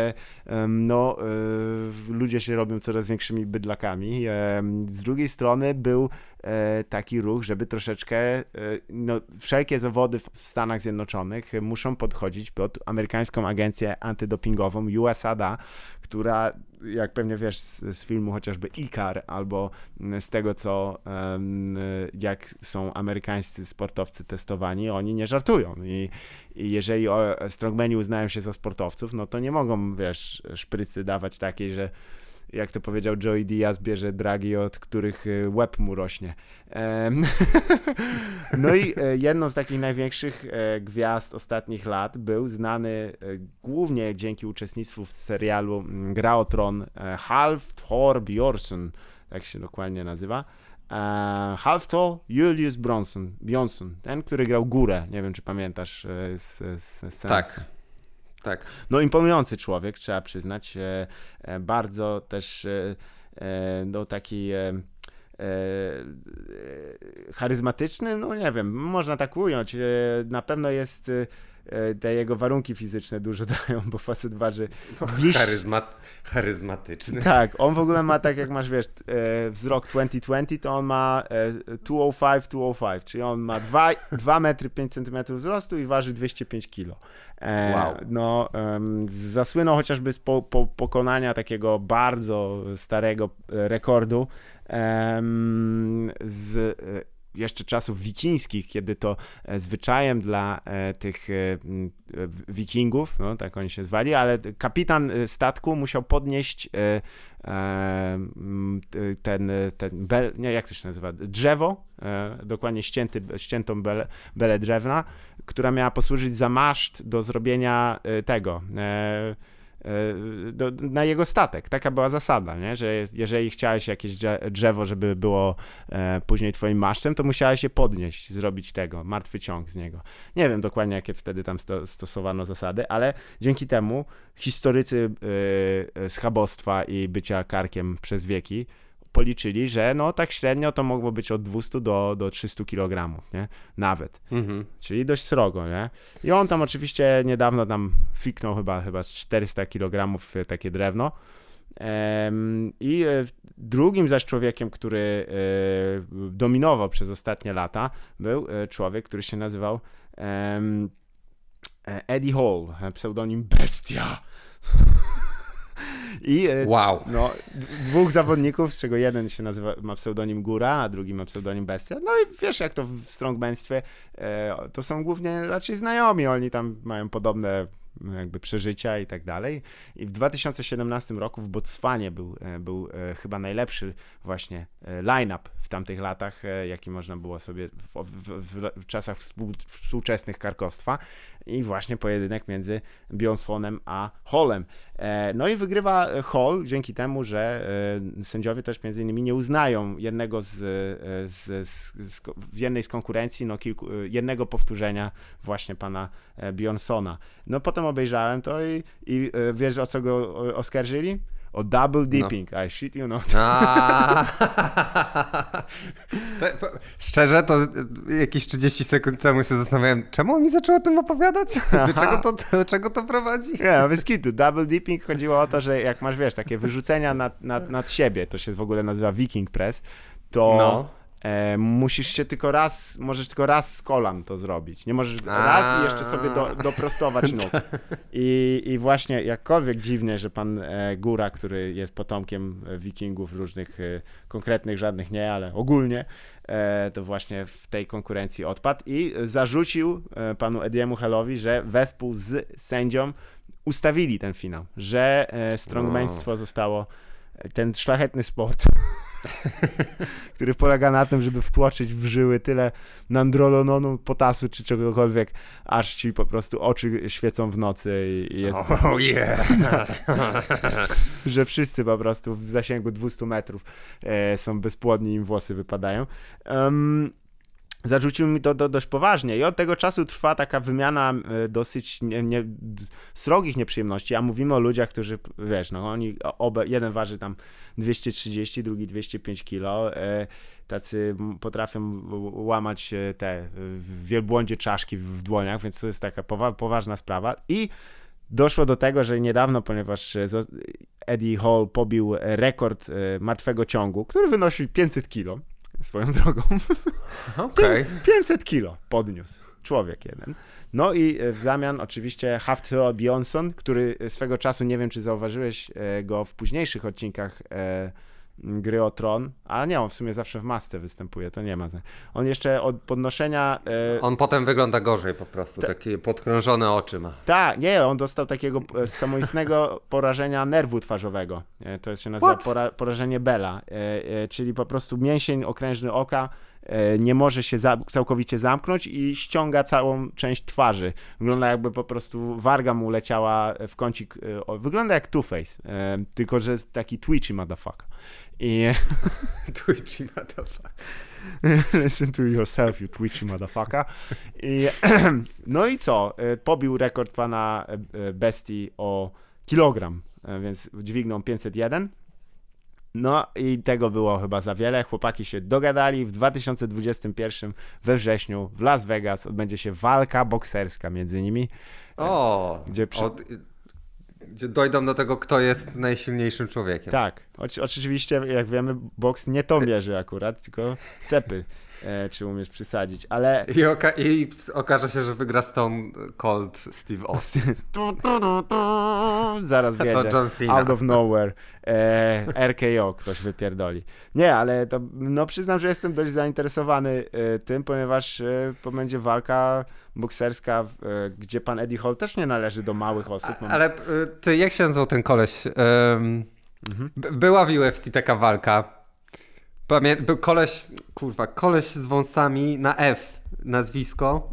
ludzie się robią coraz większymi bydlakami. Z drugiej strony był taki ruch, żeby troszeczkę wszelkie zawody w Stanach Zjednoczonych muszą podchodzić pod amerykańską agencję antydopingową USADA, która, jak pewnie wiesz z filmu chociażby Icar, albo z tego, jak są amerykańscy sportowcy testowani, oni nie żartują. I jeżeli strongmeni uznają się za sportowców, no to nie mogą, wiesz, szprycy dawać takiej, że jak to powiedział Joey Diaz, bierze dragi, od których łeb mu rośnie. No i jedną z takich największych gwiazd ostatnich lat był znany głównie dzięki uczestnictwu w serialu Gra o Tron Halfthor Bjornsson, tak się dokładnie nazywa. Halfthor Julius Bjornsson, ten, który grał Górę, nie wiem, czy pamiętasz z sceny. Tak. No imponujący człowiek, trzeba przyznać, bardzo też taki charyzmatyczny, no nie wiem, można tak ująć, na pewno jest, te jego warunki fizyczne dużo dają, bo facet waży... Charyzmatyczny. Tak, on w ogóle ma, tak jak masz, wiesz, wzrok 2020, to on ma 205, czyli on ma 2 metry 5 cm wzrostu i waży 205 kg. Wow. No, zasłynął chociażby z pokonania takiego bardzo starego rekordu z jeszcze czasów wikińskich, kiedy to zwyczajem dla tych wikingów, no tak oni się zwali, ale kapitan statku musiał podnieść jak to się nazywa, drzewo, dokładnie ściętą belę drewna, która miała posłużyć za maszt do zrobienia tego, na jego statek. Taka była zasada, nie? Że jeżeli chciałeś jakieś drzewo, żeby było później twoim masztem, to musiałeś je podnieść, zrobić martwy ciąg z niego. Nie wiem dokładnie, jakie wtedy tam stosowano zasady, ale dzięki temu historycy schabostwa i bycia karkiem przez wieki policzyli, że no tak średnio to mogło być od 200 do 300 kg, nie? Nawet. Czyli dość srogo, nie? I on tam oczywiście niedawno tam fiknął chyba 400 kg takie drewno. I drugim zaś człowiekiem, który dominował przez ostatnie lata, był człowiek, który się nazywał Eddie Hall, pseudonim Bestia. I wow. No, dwóch zawodników, z czego jeden się ma pseudonim Góra, a drugi ma pseudonim Bestia. No i wiesz, jak to w strongmanstwie, to są głównie raczej znajomi, oni tam mają podobne jakby przeżycia i tak dalej. I w 2017 roku w Botswanie był chyba najlepszy właśnie line-up w tamtych latach, jaki można było sobie w czasach współczesnych karkostwa. I właśnie pojedynek między Bjornssonem a Hallem. No i wygrywa Hall dzięki temu, że sędziowie też między innymi nie uznają jednego w jednej z konkurencji, jednego powtórzenia właśnie pana Bjornssona. No potem obejrzałem to i wiesz, o co go oskarżyli? O double dipping, I shit you not. Szczerze, to jakieś 30 sekund temu się zastanawiałem, czemu on mi zaczął o tym opowiadać? Do czego to prowadzi? Nie, no bez kitu. Double dipping chodziło o to, że jak masz, wiesz, takie wyrzucenia nad siebie, to się w ogóle nazywa Viking Press, to Możesz tylko raz z kolan to zrobić. Nie możesz raz i jeszcze sobie doprostować nóg. I właśnie jakkolwiek dziwnie, że pan Góra, który jest potomkiem wikingów różnych, konkretnych żadnych nie, ale ogólnie, to właśnie w tej konkurencji odpadł i zarzucił panu Ediemu Hellowi, że wespół z sędzią ustawili ten finał, że strongmanstwo zostało, ten szlachetny sport, który polega na tym, żeby wtłoczyć w żyły tyle nandrolononu, potasu czy czegokolwiek, aż ci po prostu oczy świecą w nocy i jest... Oh yeah! że wszyscy po prostu w zasięgu 200 metrów są bezpłodni i im włosy wypadają. Zarzucił mi to dość poważnie i od tego czasu trwa taka wymiana dosyć srogich nieprzyjemności, a mówimy o ludziach, którzy, wiesz, no oni jeden waży tam 230, drugi 205 kilo, tacy potrafią łamać te wielbłądzie czaszki w dłoniach, więc to jest taka poważna sprawa i doszło do tego, że niedawno, ponieważ Eddie Hall pobił rekord martwego ciągu, który wynosi 500 kilo, swoją drogą. Okay. 500 kilo podniósł człowiek jeden. No i w zamian oczywiście Hafthor Bjornsson, który swego czasu, nie wiem czy zauważyłeś go w późniejszych odcinkach Gry o Tron, a nie, on w sumie zawsze w masce występuje, to nie ma. On jeszcze od podnoszenia... On potem wygląda gorzej po prostu, takie podkrążone oczy ma. Tak, nie, on dostał takiego samoistnego porażenia nerwu twarzowego. To się nazywa porażenie Bella, czyli po prostu mięsień okrężny oka nie może się całkowicie zamknąć i ściąga całą część twarzy. Wygląda jakby po prostu warga mu leciała w kącik. Wygląda jak Two-Face, tylko że taki twitchy motherfucker. Twitchy motherfucker. Listen to yourself, you twitchy motherfucker. No i co? Pobił rekord pana bestii o kilogram, więc dźwigną 501. No i tego było chyba za wiele. Chłopaki się dogadali. W 2021 we wrześniu w Las Vegas odbędzie się walka bokserska między nimi. Gdzie dojdą do tego, kto jest najsilniejszym człowiekiem. Tak. Oczywiście, jak wiemy, boks nie to mierzy akurat, tylko cepy. Czy umiesz przysadzić, ale... I okaże się, że wygra Stone Cold Steve Austin. Zaraz wiedzie. To John Cena. Out of nowhere. RKO ktoś wypierdoli. Nie, ale to przyznam, że jestem dość zainteresowany tym, ponieważ będzie walka bokserska, gdzie pan Eddie Hall też nie należy do małych osób. Ale ty, jak się nazywał ten koleś? Była w UFC taka walka. Był koleś z wąsami na F nazwisko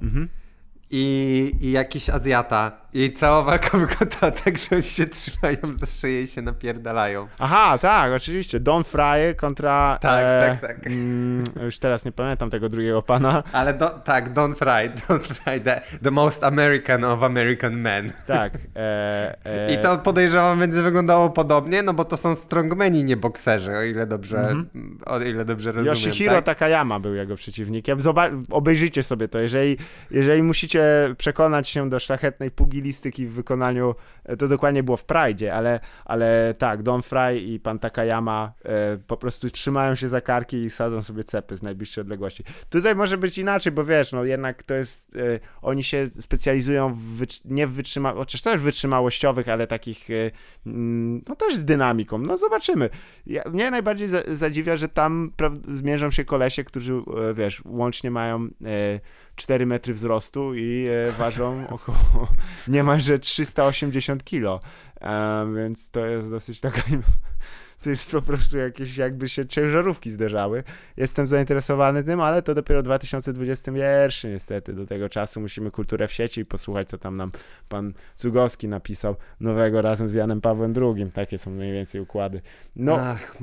i jakiś Azjata. I cała walka wyglądała tak, że oni się trzymają za szyję i się napierdalają. Aha, tak, oczywiście. Don Fryer kontra... Tak. Już teraz nie pamiętam tego drugiego pana. Ale Don Fry, the most American of American men. Tak. I to podejrzewam będzie wyglądało podobnie, no bo to są strongmeni, nie bokserzy, o ile dobrze rozumiem. Yoshihiro Takayama był jego przeciwnikiem. Obejrzyjcie sobie to. Jeżeli musicie przekonać się do szlachetnej pugilistyki w wykonaniu, to dokładnie było w Pride'zie, ale tak, Don Fry i pan Takayama po prostu trzymają się za karki i sadzą sobie cepy z najbliższej odległości. Tutaj może być inaczej, bo wiesz, no jednak to jest, oni się specjalizują nie w chociaż też wytrzymałościowych, ale takich, no też z dynamiką. No zobaczymy. Mnie najbardziej zadziwia, że tam zmierzą się kolesie, którzy, wiesz, łącznie mają 4 metry wzrostu i ważą około niemalże 380 kilo, więc to jest dosyć taka... To jest po prostu jakieś, jakby się ciężarówki zderzały. Jestem zainteresowany tym, ale to dopiero 2021 niestety. Do tego czasu musimy kulturę w sieci i posłuchać, co tam nam pan Cugowski napisał nowego razem z Janem Pawłem II. Takie są mniej więcej układy. No.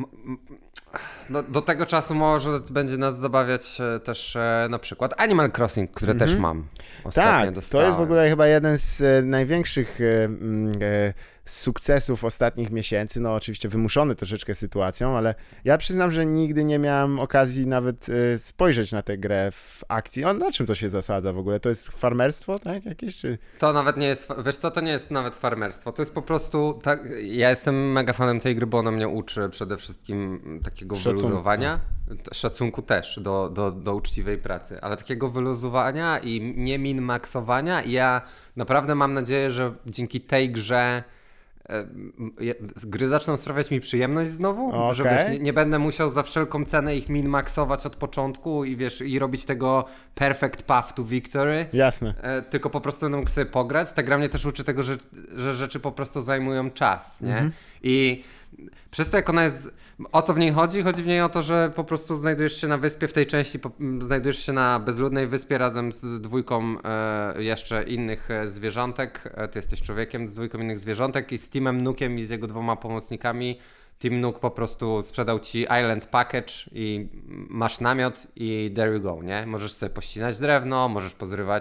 No, do tego czasu może będzie nas zabawiać też na przykład Animal Crossing, które też mam. Tak, dostałem. To jest w ogóle chyba jeden z największych sukcesów ostatnich miesięcy, no oczywiście wymuszony troszeczkę sytuacją, ale ja przyznam, że nigdy nie miałem okazji nawet spojrzeć na tę grę w akcji. Na czym to się zasadza w ogóle? To jest farmerstwo, tak? Jakieś, czy... To nawet nie jest, wiesz co, to nie jest nawet farmerstwo, to jest po prostu, tak, ja jestem mega fanem tej gry, bo ona mnie uczy przede wszystkim takiego wyluzowania, szacunku też do uczciwej pracy, ale takiego wyluzowania i nie min-maxowania i ja naprawdę mam nadzieję, że dzięki tej grze gry zaczną sprawiać mi przyjemność znowu, że wiesz, nie będę musiał za wszelką cenę ich min-maxować od początku i wiesz, i robić tego perfect path to victory. Jasne. Tylko po prostu będę mógł sobie pograć. Ta gra mnie też uczy tego, że rzeczy po prostu zajmują czas, nie? I przez to, jak ona jest... O co w niej chodzi? Chodzi w niej o to, że po prostu znajdujesz się na wyspie, w tej części znajdujesz się na bezludnej wyspie razem z dwójką jeszcze innych zwierzątek. Ty jesteś człowiekiem z dwójką innych zwierzątek i z Timem Nookiem i z jego 2 pomocnikami. Tim Nook po prostu sprzedał ci Island Package i masz namiot i there you go, nie? Możesz sobie pościnać drewno, możesz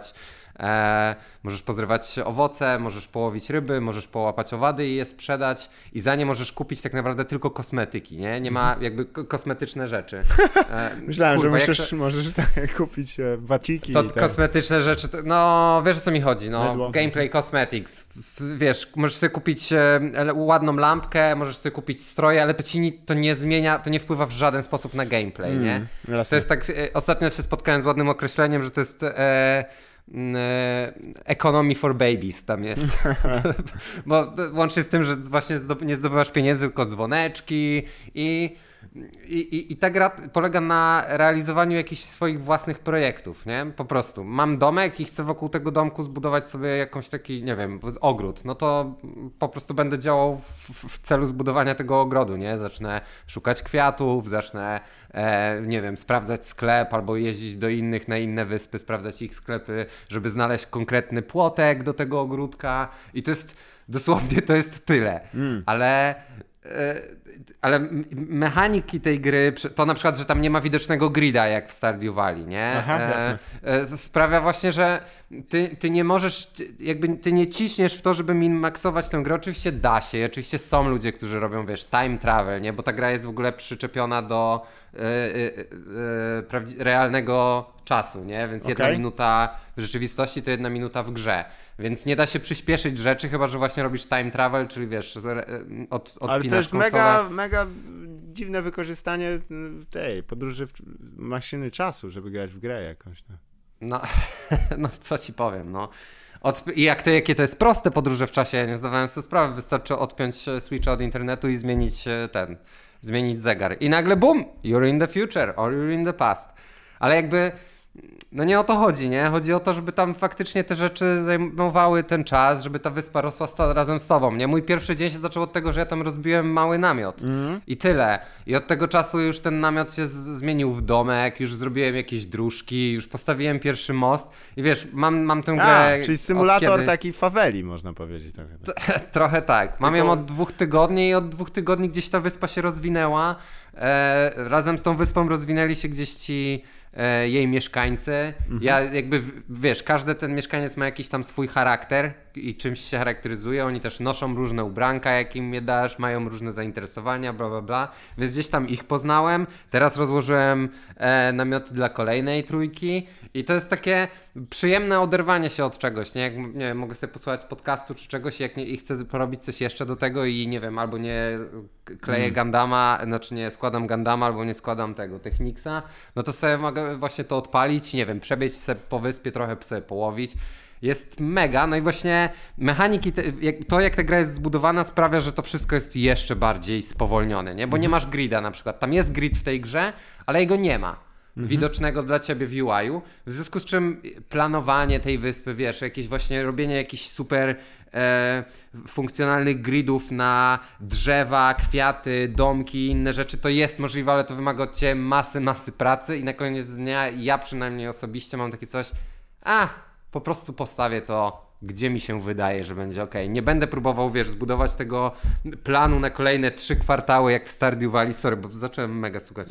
pozrywać owoce, możesz połowić ryby, możesz połapać owady i je sprzedać i za nie możesz kupić tak naprawdę tylko kosmetyki, nie? Nie ma jakby kosmetyczne rzeczy. Myślałem, że możesz kupić waciki. To kosmetyczne rzeczy, no wiesz o co mi chodzi, no gameplay cosmetics, wiesz, możesz sobie kupić ładną lampkę, możesz sobie kupić stroje, ale to nie zmienia, to nie wpływa w żaden sposób na gameplay, nie? To jest tak, ostatnio się spotkałem z ładnym określeniem, że to jest economy for babies tam jest. Bo łącznie z tym, że właśnie nie zdobywasz pieniędzy, tylko dzwoneczki i ta gra polega na realizowaniu jakichś swoich własnych projektów, nie? Po prostu. Mam domek i chcę wokół tego domku zbudować sobie jakąś taki, nie wiem, ogród. No to po prostu będę działał w celu zbudowania tego ogrodu, nie? Zacznę szukać kwiatów, zacznę, nie wiem, sprawdzać sklep albo jeździć do innych, na inne wyspy, sprawdzać ich sklepy, żeby znaleźć konkretny płotek do tego ogródka i to jest, dosłownie to jest tyle. Ale mechaniki tej gry, to na przykład, że tam nie ma widocznego grida jak w Stardew Valley, nie? Sprawia właśnie, że ty nie możesz, jakby ty nie ciśniesz w to, żeby min-maxować tę grę. Oczywiście da się, oczywiście są ludzie, którzy robią, wiesz, time travel, nie? Bo ta gra jest w ogóle przyczepiona do realnego czasu, nie? Więc 1 minuta w rzeczywistości to 1 minuta w grze. Więc nie da się przyspieszyć rzeczy, chyba że właśnie robisz time travel, czyli wiesz, odpinasz ale to jest konsolę. mega dziwne wykorzystanie tej podróży maszyny czasu, żeby grać w grę jakąś. No co ci powiem, no. I jakie to jest proste podróże w czasie, ja nie zdawałem sobie sprawy, wystarczy odpiąć Switcha od internetu i zmienić zegar. I nagle bum, you're in the future or you're in the past. Ale jakby, no nie o to chodzi, nie? Chodzi o to, żeby tam faktycznie te rzeczy zajmowały ten czas, żeby ta wyspa rosła razem z tobą, nie? Mój pierwszy dzień się zaczął od tego, że ja tam rozbiłem mały namiot i tyle. I od tego czasu już ten namiot się zmienił w domek, już zrobiłem jakieś dróżki, już postawiłem pierwszy most i wiesz, mam tę grę... Czyli symulator takiej faweli, można powiedzieć. Trochę tak. Mam ją od 2 tygodni i od 2 tygodni gdzieś ta wyspa się rozwinęła. Razem z tą wyspą rozwinęli się gdzieś ci jej mieszkańcy. Ja jakby, wiesz, każdy ten mieszkaniec ma jakiś tam swój charakter i czymś się charakteryzuje. Oni też noszą różne ubranka, jakim je dasz, mają różne zainteresowania, bla, bla, bla. Więc gdzieś tam ich poznałem. Teraz rozłożyłem namioty dla kolejnej trójki i to jest takie przyjemne oderwanie się od czegoś, nie? Jak, nie wiem, mogę sobie posłuchać podcastu czy czegoś i chcę porobić coś jeszcze do tego i nie wiem, albo nie kleję Gundama, znaczy nie składam Gundama, albo nie składam tego Technicsa, no to sobie mogę właśnie to odpalić, nie wiem, przebiec sobie po wyspie, trochę sobie połowić. Jest mega, no i właśnie mechaniki, to jak ta gra jest zbudowana sprawia, że to wszystko jest jeszcze bardziej spowolnione, nie? Bo nie masz grida na przykład, tam jest grid w tej grze, ale jego nie ma. Widocznego dla ciebie w UI-u, w związku z czym planowanie tej wyspy, wiesz, jakieś właśnie robienie jakichś super funkcjonalnych gridów na drzewa, kwiaty, domki i inne rzeczy, to jest możliwe, ale to wymaga od ciebie masy pracy i na koniec dnia ja przynajmniej osobiście mam takie coś, po prostu postawię to gdzie mi się wydaje, że będzie okej. Nie będę próbował, wiesz, zbudować tego planu na kolejne 3 kwartały, jak w Stardew Valley. Sorry, bo zacząłem mega słuchać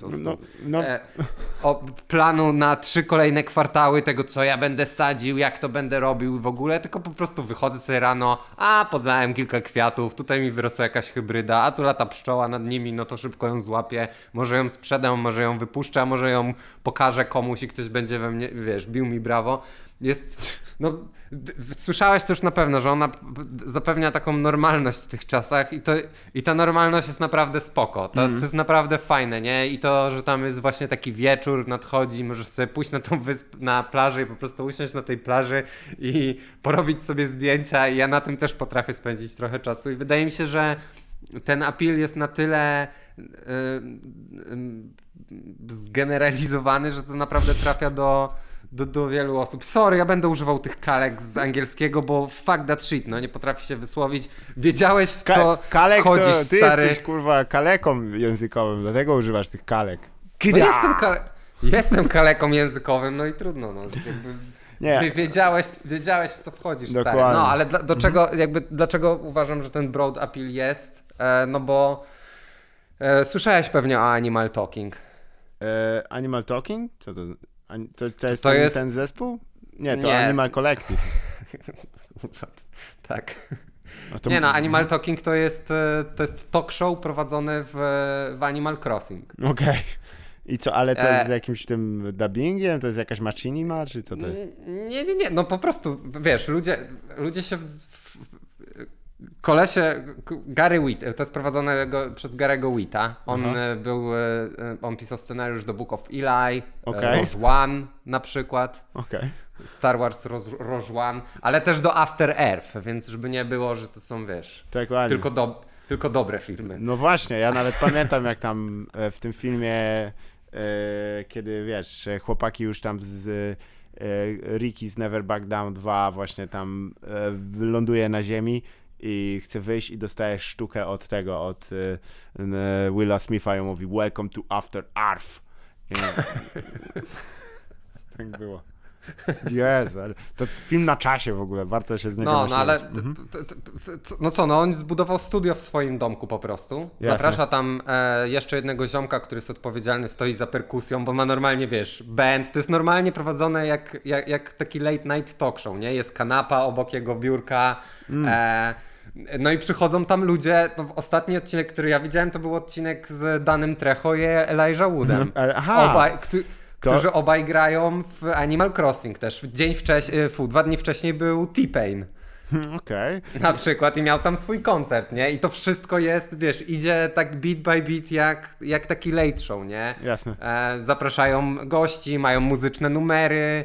o planu na 3 kolejne kwartały tego, co ja będę sadził, jak to będę robił w ogóle, tylko po prostu wychodzę sobie rano, podlałem kilka kwiatów, tutaj mi wyrosła jakaś hybryda, a tu lata pszczoła nad nimi, no to szybko ją złapię, może ją sprzedam, może ją wypuszczę, a może ją pokażę komuś i ktoś będzie we mnie, wiesz, bił mi brawo. Słyszałeś to już na pewno, że ona zapewnia taką normalność w tych czasach i ta normalność jest naprawdę spoko. To jest naprawdę fajne, nie? I to, że tam jest właśnie taki wieczór, nadchodzi, możesz sobie pójść na tą wyspę, na plażę i po prostu usiąść na tej plaży i porobić sobie zdjęcia i ja na tym też potrafię spędzić trochę czasu i wydaje mi się, że ten appeal jest na tyle zgeneralizowany, że to naprawdę trafia do wielu osób. Sorry, ja będę używał tych kalek z angielskiego, bo fuck that shit, no nie potrafi się wysłowić. Wiedziałeś w co kalek wchodzisz, to, ty stary. jesteś kurwa kaleką językowym, dlatego używasz tych kalek. No jestem kaleką językowym, no i trudno, no. Jakby nie. Wiedziałeś w co wchodzisz, Dokładnie. stary. No, ale dlaczego uważam, że ten broad appeal jest? No bo słyszałeś pewnie o Animal Talking. Animal Talking? Co to? To jest ten zespół? Nie, to nie. Animal Collective. Tak. Animal Talking to jest talk show prowadzone w Animal Crossing. Okej. I co, ale to jest z jakimś tym dubbingiem? To jest jakaś machinima, czy co to jest? Nie, no po prostu, wiesz, ludzie się kolesie, Gary Witt, to jest prowadzone przez Gary'ego Witta. On pisał scenariusz do Book of Eli, Rogue One na przykład. Star Wars Rogue One, ale też do After Earth, więc żeby nie było, że to są, wiesz, tylko dobre filmy. No właśnie, ja nawet pamiętam jak tam w tym filmie, kiedy wiesz, chłopaki już tam z Ricky's Never Back Down 2 właśnie tam ląduje na ziemi i chce wyjść i dostajesz sztukę od Willa Smitha i on mówi Welcome to After Earth. Tak było. Jezu, ale to film na czasie w ogóle, warto się z niego naśmiewać. Ale on zbudował studio w swoim domku po prostu. Jasne. Zaprasza tam jeszcze jednego ziomka, który jest odpowiedzialny, stoi za perkusją, bo ma normalnie, wiesz, band. To jest normalnie prowadzone jak taki late night talk show, nie? Jest kanapa obok jego biurka. No i przychodzą tam ludzie. No, ostatni odcinek, który ja widziałem, to był odcinek z Danem Trejo i Elijah Woodem. Którzy obaj grają w Animal Crossing też. 2 dni wcześniej był T-Pain. Na przykład i miał tam swój koncert, nie? I to wszystko jest, wiesz, idzie tak beat by beat jak taki late show, nie? Jasne. Zapraszają gości, mają muzyczne numery,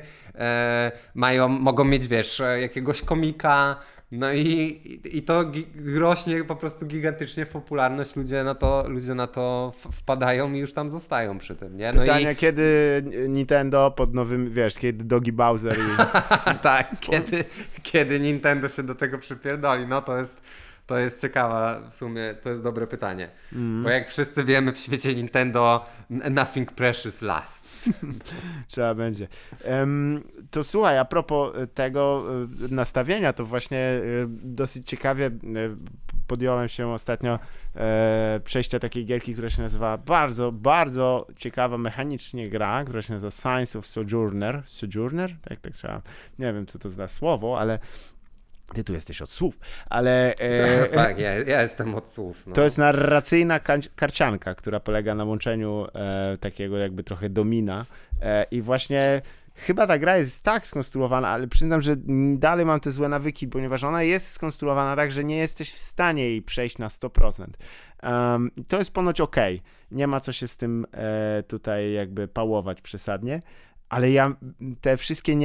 mogą mieć, wiesz, jakiegoś komika. No i to rośnie po prostu gigantycznie w popularność, ludzie na to wpadają i już tam zostają przy tym, nie? No pytanie, kiedy Nintendo pod nowym, wiesz, kiedy Doggy Bowser i... Tak, kiedy Nintendo się do tego przypierdoli, no to jest ciekawa, w sumie to jest dobre pytanie. Bo jak wszyscy wiemy, w świecie Nintendo nothing precious lasts. Trzeba będzie. To słuchaj, a propos tego nastawienia, to właśnie dosyć ciekawie podjąłem się ostatnio przejścia takiej gierki, która się nazywa bardzo, bardzo ciekawa mechanicznie gra, która się nazywa Science of Sojourner. Sojourner? Tak trzeba. Nie wiem, co to za słowo, ale ty tu jesteś od słów, ale... Tak, ja jestem od słów. No. To jest narracyjna karcianka, która polega na łączeniu takiego jakby trochę domina i właśnie chyba ta gra jest tak skonstruowana, ale przyznam, że dalej mam te złe nawyki, ponieważ ona jest skonstruowana tak, że nie jesteś w stanie jej przejść na 100%. To jest ponoć okej. Nie ma co się z tym tutaj jakby pałować przesadnie. Ale ja te wszystkie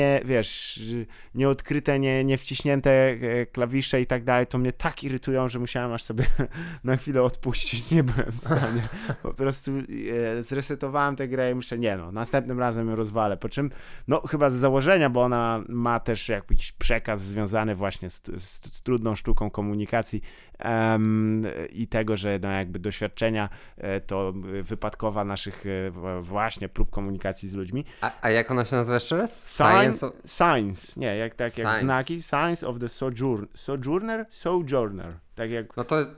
nieodkryte, niewciśnięte klawisze i tak dalej, to mnie tak irytują, że musiałem aż sobie na chwilę odpuścić. Nie byłem w stanie. Po prostu zresetowałem tę grę i myślę, następnym razem ją rozwalę. Po czym, chyba z założenia, bo ona ma też jakiś przekaz związany właśnie z trudną sztuką komunikacji i tego, że jakby doświadczenia to wypadkowa naszych właśnie prób komunikacji z ludźmi. A jak ona się nazywa jeszcze raz? Signs. Nie, jak znaki. Signs of the Sojourner. Tak jak... No to jest,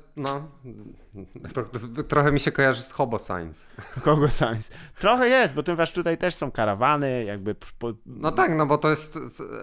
to trochę mi się kojarzy z Hobo Signs. Kogo Signs? Trochę jest, bo ponieważ tutaj też są karawany, jakby... No tak, no bo to jest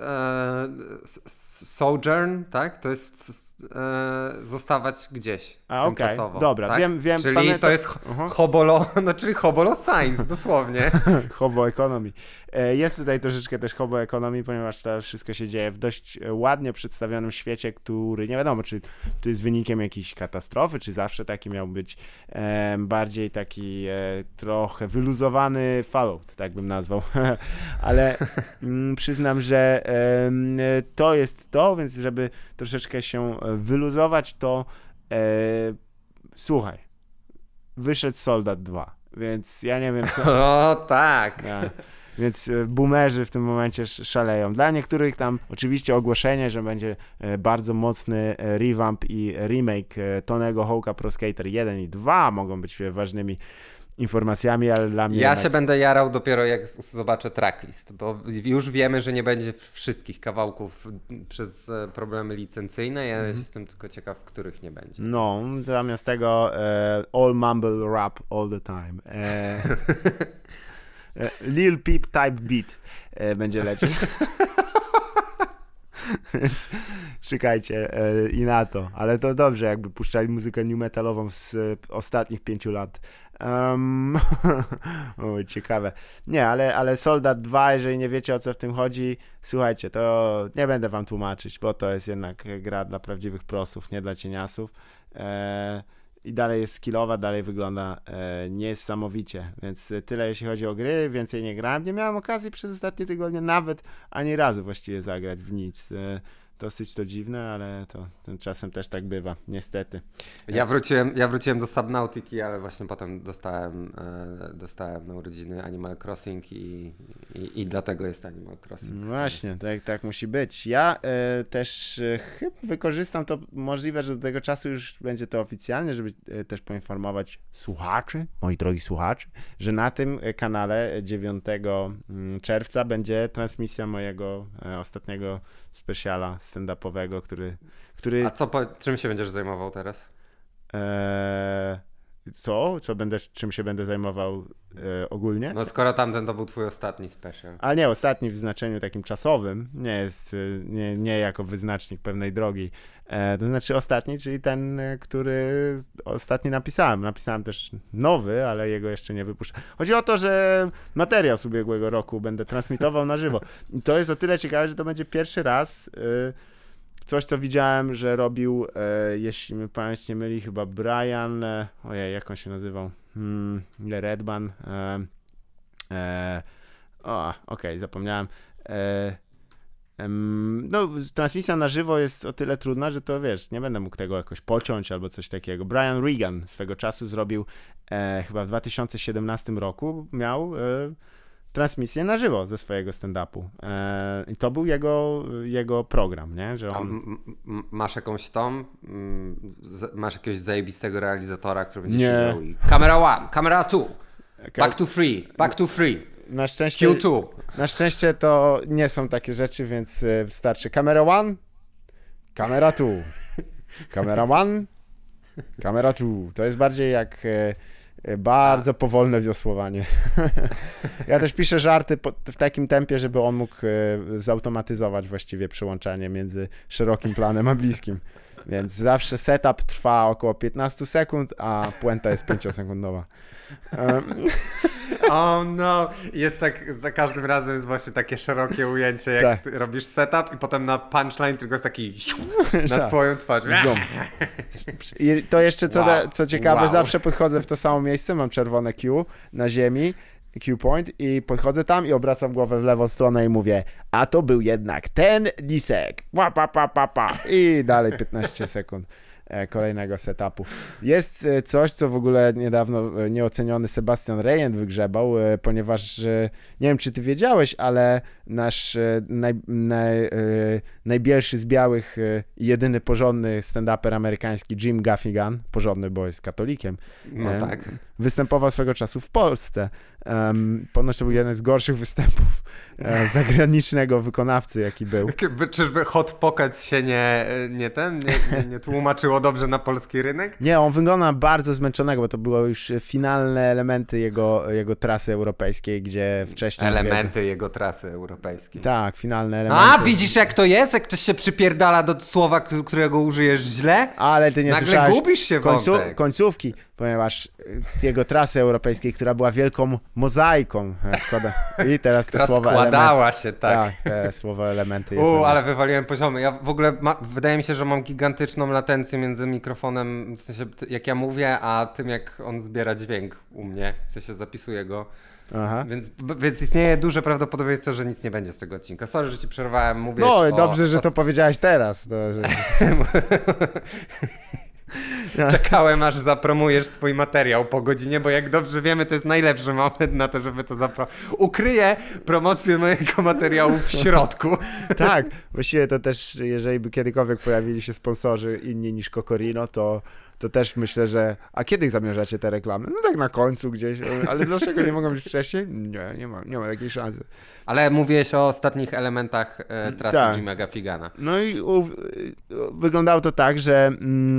sojourn, tak? To jest zostawać gdzieś tymczasowo. Dobra, tak? wiem. Czyli pamiętam... to jest czyli Hobolo Signs, dosłownie. Hobo Economy. Jest tutaj troszeczkę też Hobo Economy, ponieważ to wszystko się dzieje w dość ładnie przedstawionym świecie, który nie wiadomo, czy to jest wynikiem jakiejś katastrofy, czy zawsze taki miał być, bardziej taki trochę wyluzowany Fallout, tak bym nazwał. Ale przyznam, że to jest to, więc żeby troszeczkę się wyluzować, to słuchaj, wyszedł Soldat 2, więc ja nie wiem co... O tak! Ja. Więc boomerzy w tym momencie szaleją. Dla niektórych tam oczywiście ogłoszenie, że będzie bardzo mocny revamp i remake Tonego Hawk'a Pro Skater 1 i 2 mogą być ważnymi informacjami, ale dla mnie... Ja się będę jarał dopiero jak zobaczę tracklist, bo już wiemy, że nie będzie wszystkich kawałków przez problemy licencyjne. Ja jestem tylko ciekaw, w których nie będzie. No, zamiast tego all mumble rap all the time. Lil Peep type beat będzie lecieć. Więc czekajcie i na to. Ale to dobrze, jakby puszczali muzykę new metalową z ostatnich 5 lat. Ciekawe. Nie, ale Soldat 2, jeżeli nie wiecie, o co w tym chodzi, słuchajcie, to nie będę wam tłumaczyć, bo to jest jednak gra dla prawdziwych prosów, nie dla cieniasów. I dalej jest skillowa, dalej wygląda niesamowicie, więc tyle jeśli chodzi o gry, więcej nie grałem, nie miałem okazji przez ostatnie tygodnie nawet ani razu właściwie zagrać w nic. Dosyć to dziwne, ale to czasem też tak bywa, niestety. Ja wróciłem do Subnautiki, ale właśnie potem dostałem na urodziny Animal Crossing i dlatego jest Animal Crossing. No właśnie, tak musi być. Ja też chyba wykorzystam to, możliwe, że do tego czasu już będzie to oficjalnie, żeby też poinformować słuchaczy, moi drogi słuchacze, że na tym kanale 9 czerwca będzie transmisja mojego ostatniego specjala stand-upowego, który... A czym się będziesz zajmował teraz? Czym się będę zajmował ogólnie? No skoro tamten to był twój ostatni special. Ale nie, ostatni w znaczeniu takim czasowym, nie jako wyznacznik pewnej drogi. To znaczy ostatni, czyli ten, który ostatni napisałem. Napisałem też nowy, ale jego jeszcze nie wypuszczę. Chodzi o to, że materiał z ubiegłego roku będę transmitował na żywo. I to jest o tyle ciekawe, że to będzie pierwszy raz coś, co widziałem, że robił, jeśli mnie pamięć nie myli, chyba Brian, ojej, jak on się nazywał? Redman. Okej, zapomniałem. No, transmisja na żywo jest o tyle trudna, że to wiesz, nie będę mógł tego jakoś pociąć albo coś takiego. Brian Regan swego czasu zrobił chyba w 2017 roku miał transmisję na żywo ze swojego stand-upu. I to był jego program, nie? Że on... Masz jakąś masz jakiegoś zajebistego realizatora, który będzie siedział i kamera 1, kamera 2, back to free. Na szczęście, Q2. Na szczęście to nie są takie rzeczy, więc wystarczy kamera 1, kamera 2, kamera 1, kamera 2. To jest bardziej jak bardzo powolne wiosłowanie. Ja też piszę żarty w takim tempie, żeby on mógł zautomatyzować właściwie przyłączanie między szerokim planem a bliskim. Więc zawsze setup trwa około 15 sekund, a puenta jest 5-sekundowa. Oh no, jest tak, za każdym razem jest właśnie takie szerokie ujęcie, jak tak. Robisz setup i potem na punchline tylko jest taki na twoją twarz. Zoom. I to jeszcze co ciekawe, zawsze podchodzę w to samo miejsce, mam czerwone Q na ziemi, Q point i podchodzę tam i obracam głowę w lewą stronę i mówię, a to był jednak ten lisek. I dalej 15 sekund. kolejnego setupu. Jest coś, co w ogóle niedawno nieoceniony Sebastian Rejent wygrzebał, ponieważ nie wiem, czy ty wiedziałeś, ale nasz najbielszy z białych i jedyny porządny stand-uper amerykański Jim Gaffigan, porządny, bo jest katolikiem, tak. występował swego czasu w Polsce. Ponoć to był jeden z gorszych występów zagranicznego wykonawcy, jaki był. Czyżby Hot Pockets się nie tłumaczyło dobrze na polski rynek? Nie, on wygląda bardzo zmęczonego, bo to były już finalne elementy jego trasy europejskiej, gdzie wcześniej... Elementy jego trasy europejskiej. Tak, finalne elementy. A, widzisz jak to jest? Jak ktoś się przypierdala do słowa, którego użyjesz źle? Ale ty nie nagle słyszałeś gubisz się wątek. Końcówki, ponieważ jego trasy europejskiej, która była wielką mozaiką, i teraz te słowa składała elementy. się, tak. Tak, te słowa elementy. Ale wywaliłem poziomy. Ja w ogóle, wydaje mi się, że mam gigantyczną latencję między mikrofonem, w sensie jak ja mówię, a tym jak on zbiera dźwięk u mnie, w sensie zapisuje go. Aha. Więc istnieje duże prawdopodobieństwo, że nic nie będzie z tego odcinka. Sorry, że ci przerwałem, mówię. No, dobrze, że to powiedziałeś teraz. Czekałem, aż zapromujesz swój materiał po godzinie, bo jak dobrze wiemy, to jest najlepszy moment na to, żeby to ukryję promocję mojego materiału w środku. Tak, właściwie to też, jeżeli by kiedykolwiek pojawili się sponsorzy inni niż Kokorino, to też myślę, że... A kiedy zamierzacie te reklamy? No tak na końcu gdzieś, ale dlaczego nie mogą być wcześniej? Nie ma takiej szansy. Ale mówiłeś o ostatnich elementach trasy tak. Jima Gaffigana. No i wyglądało to tak, że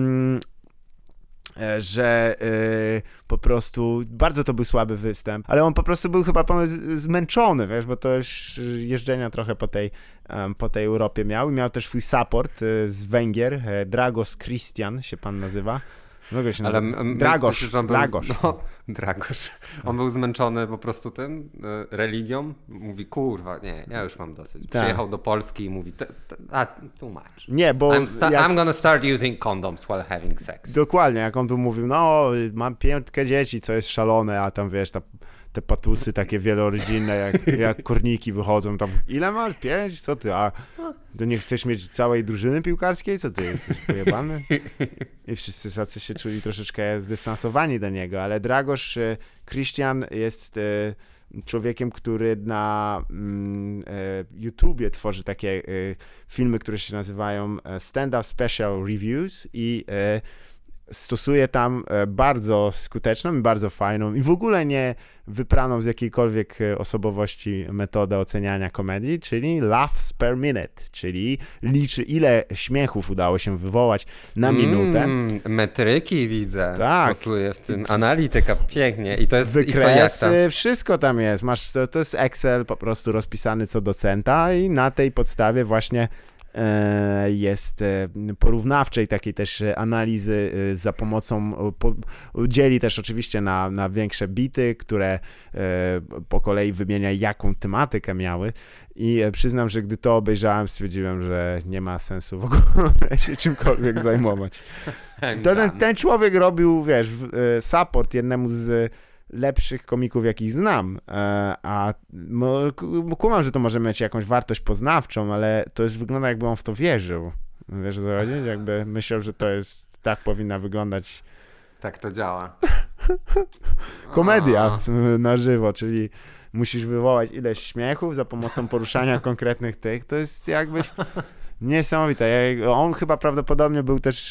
po prostu bardzo to był słaby występ, ale on po prostu był chyba zmęczony, wiesz, bo to już jeżdżenia trochę po tej Europie miał. I miał też swój support z Węgier, Dragos Christian się pan nazywa. Się Dragosz. Dragosz. On był zmęczony po prostu tym religią. Mówi, kurwa, nie, ja już mam dosyć. Tak. Przyjechał do Polski i mówi, tłumacz. Nie, bo... I'm gonna start using condoms while having sex. Dokładnie, jak on tu mówił, no, mam 5 dzieci, co jest szalone, a tam wiesz, te patusy takie wielorodzinne, jak korniki wychodzą tam. Ile masz? 5? Co ty? A to nie chcesz mieć całej drużyny piłkarskiej? Co ty jesteś pojebany? I wszyscy tacy się czuli troszeczkę zdystansowani do niego, ale Dragosz Christian jest człowiekiem, który na YouTubie tworzy takie filmy, które się nazywają Stand-Up Special Reviews i stosuje tam bardzo skuteczną i bardzo fajną i w ogóle nie wypraną z jakiejkolwiek osobowości metodę oceniania komedii, czyli laughs per minute, czyli liczy ile śmiechów udało się wywołać na minutę. Metryki widzę, tak. Stosuje w tym, analityka pięknie i to jest wykresy, wszystko tam jest, to jest Excel po prostu rozpisany co do centa i na tej podstawie właśnie jest porównawczej takiej też analizy za pomocą, dzieli też oczywiście na większe bity, które po kolei wymienia jaką tematykę miały i przyznam, że gdy to obejrzałem, stwierdziłem, że nie ma sensu w ogóle się czymkolwiek zajmować. Ten człowiek robił, wiesz, support jednemu z lepszych komików, jakich znam, a kumam, że to może mieć jakąś wartość poznawczą, ale to już wygląda, jakby on w to wierzył. Wiesz, o co chodzi? Jakby myślał, że to jest, tak powinna wyglądać. Tak to działa. Komedia na żywo, czyli musisz wywołać ileś śmiechów za pomocą poruszania konkretnych tych, to jest jakbyś... Niesamowite. On chyba prawdopodobnie był też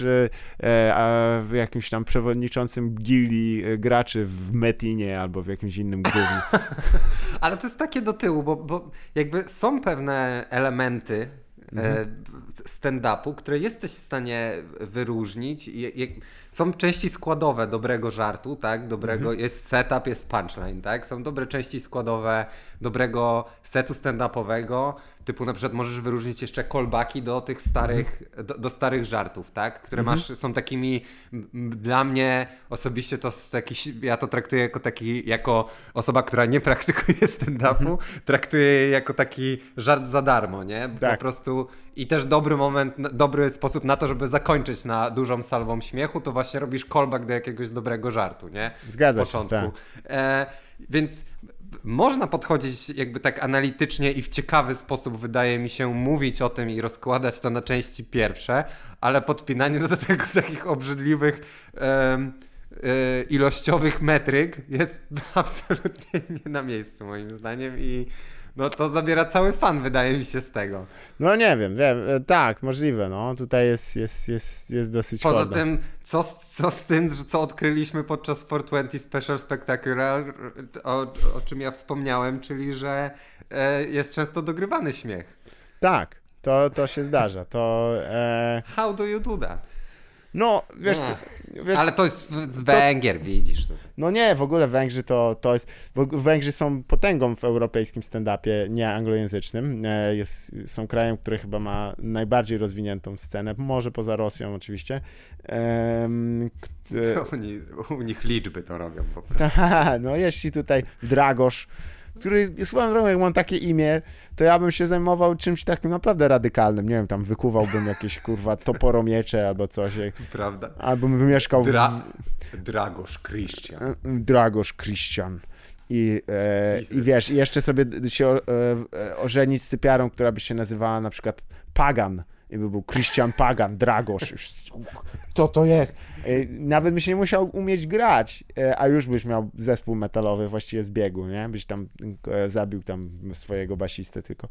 jakimś tam przewodniczącym gildii graczy w Metinie albo w jakimś innym gównie. Ale to jest takie do tyłu, bo jakby są pewne elementy stand-upu, które jesteś w stanie wyróżnić. Są części składowe dobrego żartu, tak? Jest setup, jest punchline, tak? Są dobre części składowe dobrego setu stand-upowego, typu na przykład możesz wyróżnić jeszcze callbacki do tych starych, do starych żartów, tak? Które są takimi, dla mnie osobiście to jest ja to traktuję jako osoba, która nie praktykuje stand-upu, traktuję jako taki żart za darmo, nie? Tak. Po prostu i też dobry moment, dobry sposób na to, żeby zakończyć na dużą salwą śmiechu, to właśnie robisz callback do jakiegoś dobrego żartu, nie? Zgadza się, tak. Więc można podchodzić jakby tak analitycznie i w ciekawy sposób, wydaje mi się, mówić o tym i rozkładać to na części pierwsze, ale podpinanie do tego takich obrzydliwych ilościowych metryk jest absolutnie nie na miejscu moim zdaniem i no to zabiera cały fan, wydaje mi się, z tego. No nie wiem, tak, możliwe, no, tutaj jest dosyć Poza chłodno. tym, co z tym, co odkryliśmy podczas 420 Special Spectacular, o czym ja wspomniałem, czyli że jest często dogrywany śmiech. Tak, to się zdarza, to... How do you do that? No, wiesz, ale to jest z Węgier, widzisz. No nie, w ogóle Węgrzy to jest... Węgrzy są potęgą w europejskim stand-upie nieanglojęzycznym. Są krajem, który chyba ma najbardziej rozwiniętą scenę, może poza Rosją oczywiście. U nich liczby to robią po prostu. No jeśli tutaj Dragosz, który swoją drogą, jak mam takie imię, to ja bym się zajmował czymś takim naprawdę radykalnym. Nie wiem, tam wykuwałbym jakieś, toporomiecze albo coś. Prawda? Albo bym mieszkał Dragosz Christian. Dragosz Christian. I wiesz, jeszcze sobie się ożenić z typiarą, która by się nazywała na przykład Pagan. I by był Christian Pagan, Dragosz. Co to jest? Nawet byś nie musiał umieć grać, a już byś miał zespół metalowy właściwie z biegu, nie? Byś tam zabił tam swojego basistę tylko.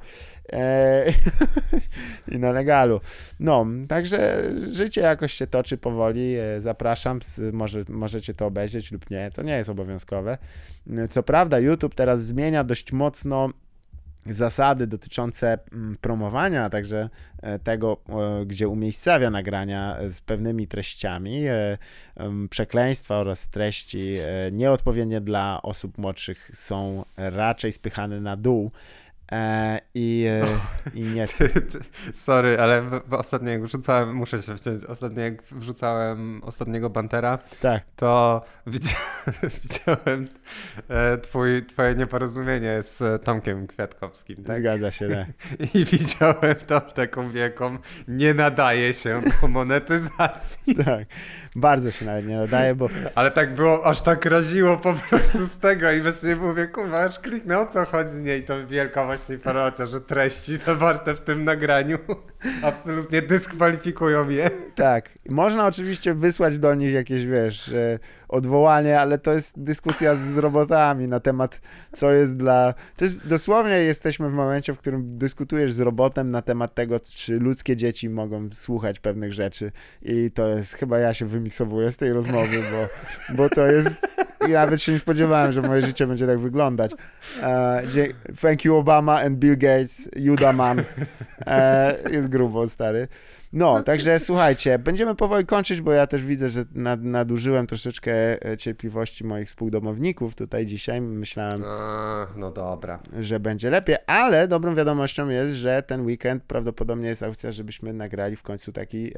I na legalu. No, także życie jakoś się toczy powoli. Zapraszam, możecie to obejrzeć lub nie. To nie jest obowiązkowe. Co prawda YouTube teraz zmienia dość mocno zasady dotyczące promowania, a także tego, gdzie umiejscawia nagrania z pewnymi treściami, przekleństwa oraz treści nieodpowiednie dla osób młodszych są raczej spychane na dół. I nie... Sorry, ale ostatnio jak wrzucałem, muszę się wciąć, ostatnio jak wrzucałem ostatniego Bantera, tak. To widziałem twoje nieporozumienie z Tomkiem Kwiatkowskim. Tak? Zgadza się, tak. I widziałem tam taką wielką, nie nadaje się do monetyzacji. Tak, bardzo się nawet nie nadaje, bo... Ale tak było, aż tak raziło po prostu z tego i właśnie mówię, kurwa, aż kliknę, o co chodzi z niej, to wielka właśnie parodia, że treści zawarte w tym nagraniu absolutnie dyskwalifikują je. Tak, można oczywiście wysłać do nich jakieś, wiesz, odwołanie, ale to jest dyskusja z robotami na temat, co jest dla... To jest, dosłownie jesteśmy w momencie, w którym dyskutujesz z robotem na temat tego, czy ludzkie dzieci mogą słuchać pewnych rzeczy i to jest, chyba ja się wymiksowuję z tej rozmowy, bo to jest... Ja nawet się nie spodziewałem, że moje życie będzie tak wyglądać. Thank you Obama and Bill Gates, Juda man. Jest grubo, stary. No, także słuchajcie, będziemy powoli kończyć, bo ja też widzę, że nadużyłem troszeczkę cierpliwości moich współdomowników tutaj dzisiaj. Myślałem, no dobra, że będzie lepiej, ale dobrą wiadomością jest, że ten weekend prawdopodobnie jest akcja, żebyśmy nagrali w końcu taki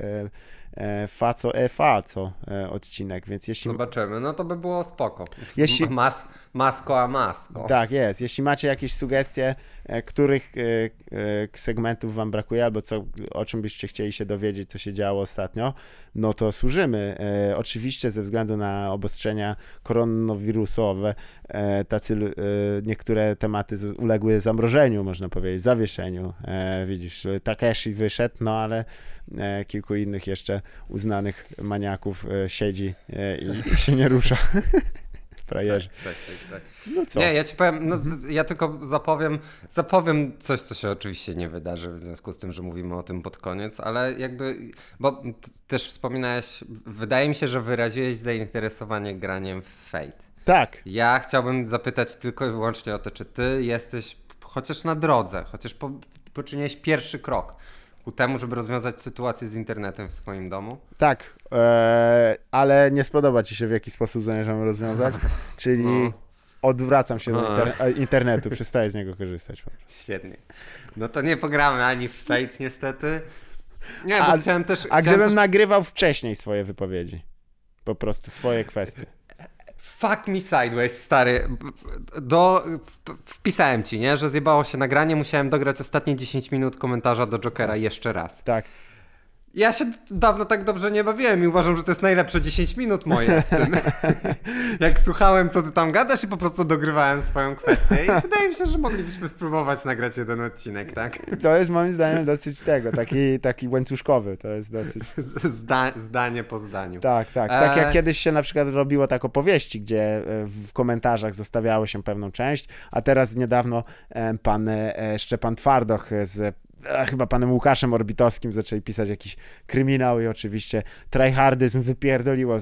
faco odcinek, więc jeśli... Zobaczymy, no to by było spoko. Jeśli... Masko a masko. Tak jest, jeśli macie jakieś sugestie, których segmentów wam brakuje, albo o czym byście chcieli się dowiedzieć, co się działo ostatnio, no to służymy. Oczywiście ze względu na obostrzenia koronawirusowe, niektóre tematy uległy zamrożeniu, można powiedzieć, zawieszeniu. Widzisz, Takeshi wyszedł, no ale kilku innych jeszcze uznanych maniaków siedzi i się nie rusza. Frajerzy. Tak. No co? Nie, ja ci powiem, ja tylko zapowiem coś, co się oczywiście nie wydarzy w związku z tym, że mówimy o tym pod koniec, ale jakby, bo też wspominałeś, wydaje mi się, że wyraziłeś zainteresowanie graniem w Fate. Tak. Ja chciałbym zapytać tylko i wyłącznie o to, czy ty jesteś chociaż na drodze, chociaż poczyniłeś pierwszy krok ku temu, żeby rozwiązać sytuację z internetem w swoim domu? Tak, ale nie spodoba ci się, w jaki sposób zamierzam rozwiązać, czyli odwracam się do internetu, przestaję z niego korzystać. Po prostu. Świetnie. No to nie pogramy ani w Fate niestety. Nie, bo chciałem też... Gdybym nagrywał wcześniej swoje wypowiedzi, po prostu swoje kwestie. Fuck me sideways, stary. Wpisałem ci, nie, że zjebało się nagranie, musiałem dograć ostatnie 10 minut komentarza do Jokera jeszcze raz. Tak. Ja się dawno tak dobrze nie bawiłem i uważam, że to jest najlepsze 10 minut moje w tym. Jak słuchałem, co ty tam gadasz i po prostu dogrywałem swoją kwestię i wydaje mi się, że moglibyśmy spróbować nagrać jeden odcinek, tak? To jest moim zdaniem dosyć taki łańcuszkowy, to jest dosyć... Zdanie po zdaniu. Tak. Tak jak kiedyś się na przykład robiło tak opowieści, gdzie w komentarzach zostawiało się pewną część, a teraz niedawno pan Szczepan Twardoch z chyba panem Łukaszem Orbitowskim zaczęli pisać jakiś kryminał i oczywiście tryhardyzm wypierdoliło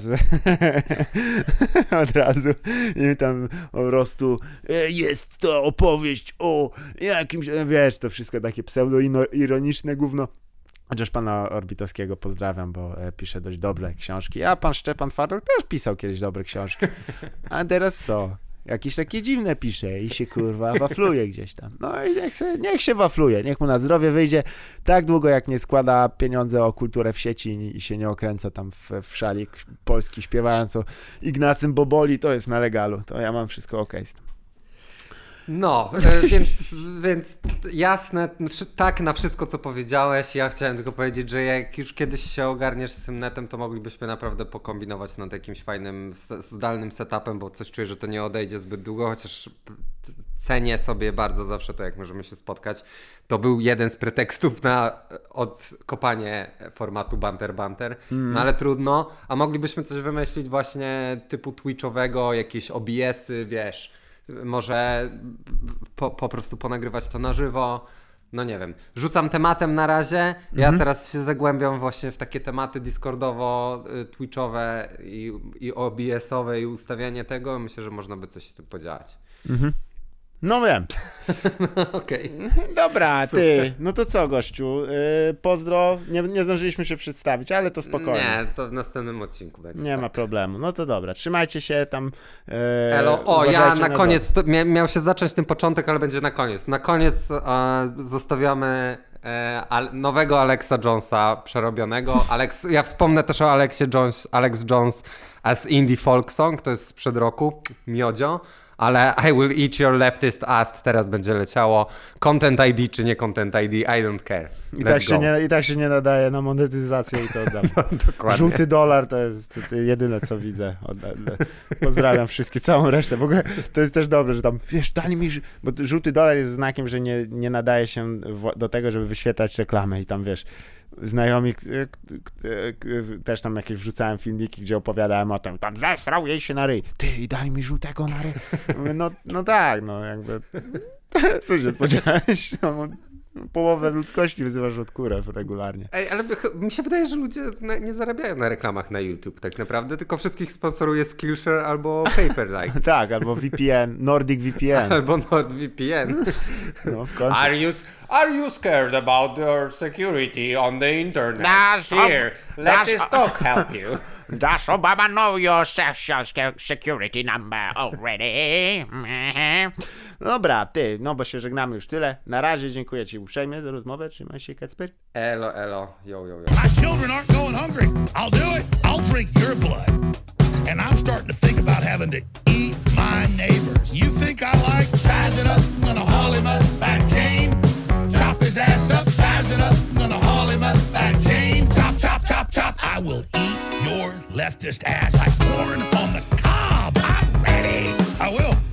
od razu i tam po prostu jest to opowieść o jakimś, wiesz, to wszystko takie pseudo-ironiczne gówno. Chociaż pana Orbitowskiego pozdrawiam, bo pisze dość dobre książki, a pan Szczepan Twardoch też pisał kiedyś dobre książki. A teraz co? Jakieś takie dziwne pisze i się kurwa wafluje gdzieś tam. No i niech się wafluje, niech mu na zdrowie wyjdzie tak długo, jak nie składa pieniądze o kulturę w sieci i się nie okręca tam w szalik polski śpiewając o Ignacym Boboli, to jest na legalu. To ja mam wszystko okej z tym. No, więc jasne, tak na wszystko, co powiedziałeś. Ja chciałem tylko powiedzieć, że jak już kiedyś się ogarniesz z tym netem, to moglibyśmy naprawdę pokombinować nad jakimś fajnym, zdalnym setupem, bo coś czuję, że to nie odejdzie zbyt długo, chociaż cenię sobie bardzo zawsze to, jak możemy się spotkać. To był jeden z pretekstów na odkopanie formatu banter, no ale trudno. A moglibyśmy coś wymyślić właśnie typu twitchowego, jakieś OBS-y, wiesz... Może po prostu ponagrywać to na żywo. No nie wiem. Rzucam tematem na razie. Ja teraz się zagłębiam właśnie w takie tematy Discordowo-Twitchowe i OBS-owe i ustawianie tego. Myślę, że można by coś z tym podziałać. No wiem. Okej. Dobra, ty. No to co, gościu? Pozdro. Nie zdążyliśmy się przedstawić, ale to spokojnie. Nie, to w następnym odcinku będzie. Nie ma problemu. No to dobra. Trzymajcie się tam. Elo. O, ja na koniec, miał się zacząć ten początek, ale będzie na koniec. Na koniec zostawiamy nowego Alexa Jonesa przerobionego. Ja wspomnę też o Alex Jones as Indie Folk Song, to jest sprzed roku, miodzio. Ale I will eat your leftist ass teraz będzie leciało. Content ID czy nie Content ID, I don't care. I tak się nie nadaje na monetyzację i to oddam. Dokładnie. Żółty dolar to jest jedyne, co widzę. Pozdrawiam wszystkich, całą resztę. W ogóle to jest też dobre, że tam, wiesz, dali mi... Bo żółty dolar jest znakiem, że nie nadaje się do tego, żeby wyświetlać reklamę i tam, wiesz... Znajomi też tam jakieś wrzucałem filmiki, gdzie opowiadałem o tym, tam zesrał jej się na ryj. Ty, daj mi żółtego na ryj. No tak, no jakby... Co się spodziewałeś? No, połowę ludzkości wyzywasz od kurew regularnie. Ej, ale mi się wydaje, że ludzie nie zarabiają na reklamach na YouTube tak naprawdę, tylko wszystkich sponsoruje Skillshare albo Paperlike. Tak, albo VPN, Nordic VPN. Albo NordVPN. No, w końcu. Are you scared about your security on the internet? Let this talk help you. Does Obama know your social security number already? Dobra, ty, no bo się żegnamy już tyle. Na razie, dziękuję ci uprzejmie za rozmowę. Trzymaj się, Kacper. Elo, yo. My children aren't going hungry. I'll do it. I'll drink your blood. And I'm starting to think about having to eat my neighbors. You think I like size it up? I'm gonna haul him up back chain. Chop his ass up, size it up. I'm gonna haul him up back chain. Chop, chop, chop, chop. I will eat your leftist ass like corn on the cob. I'm ready. I will.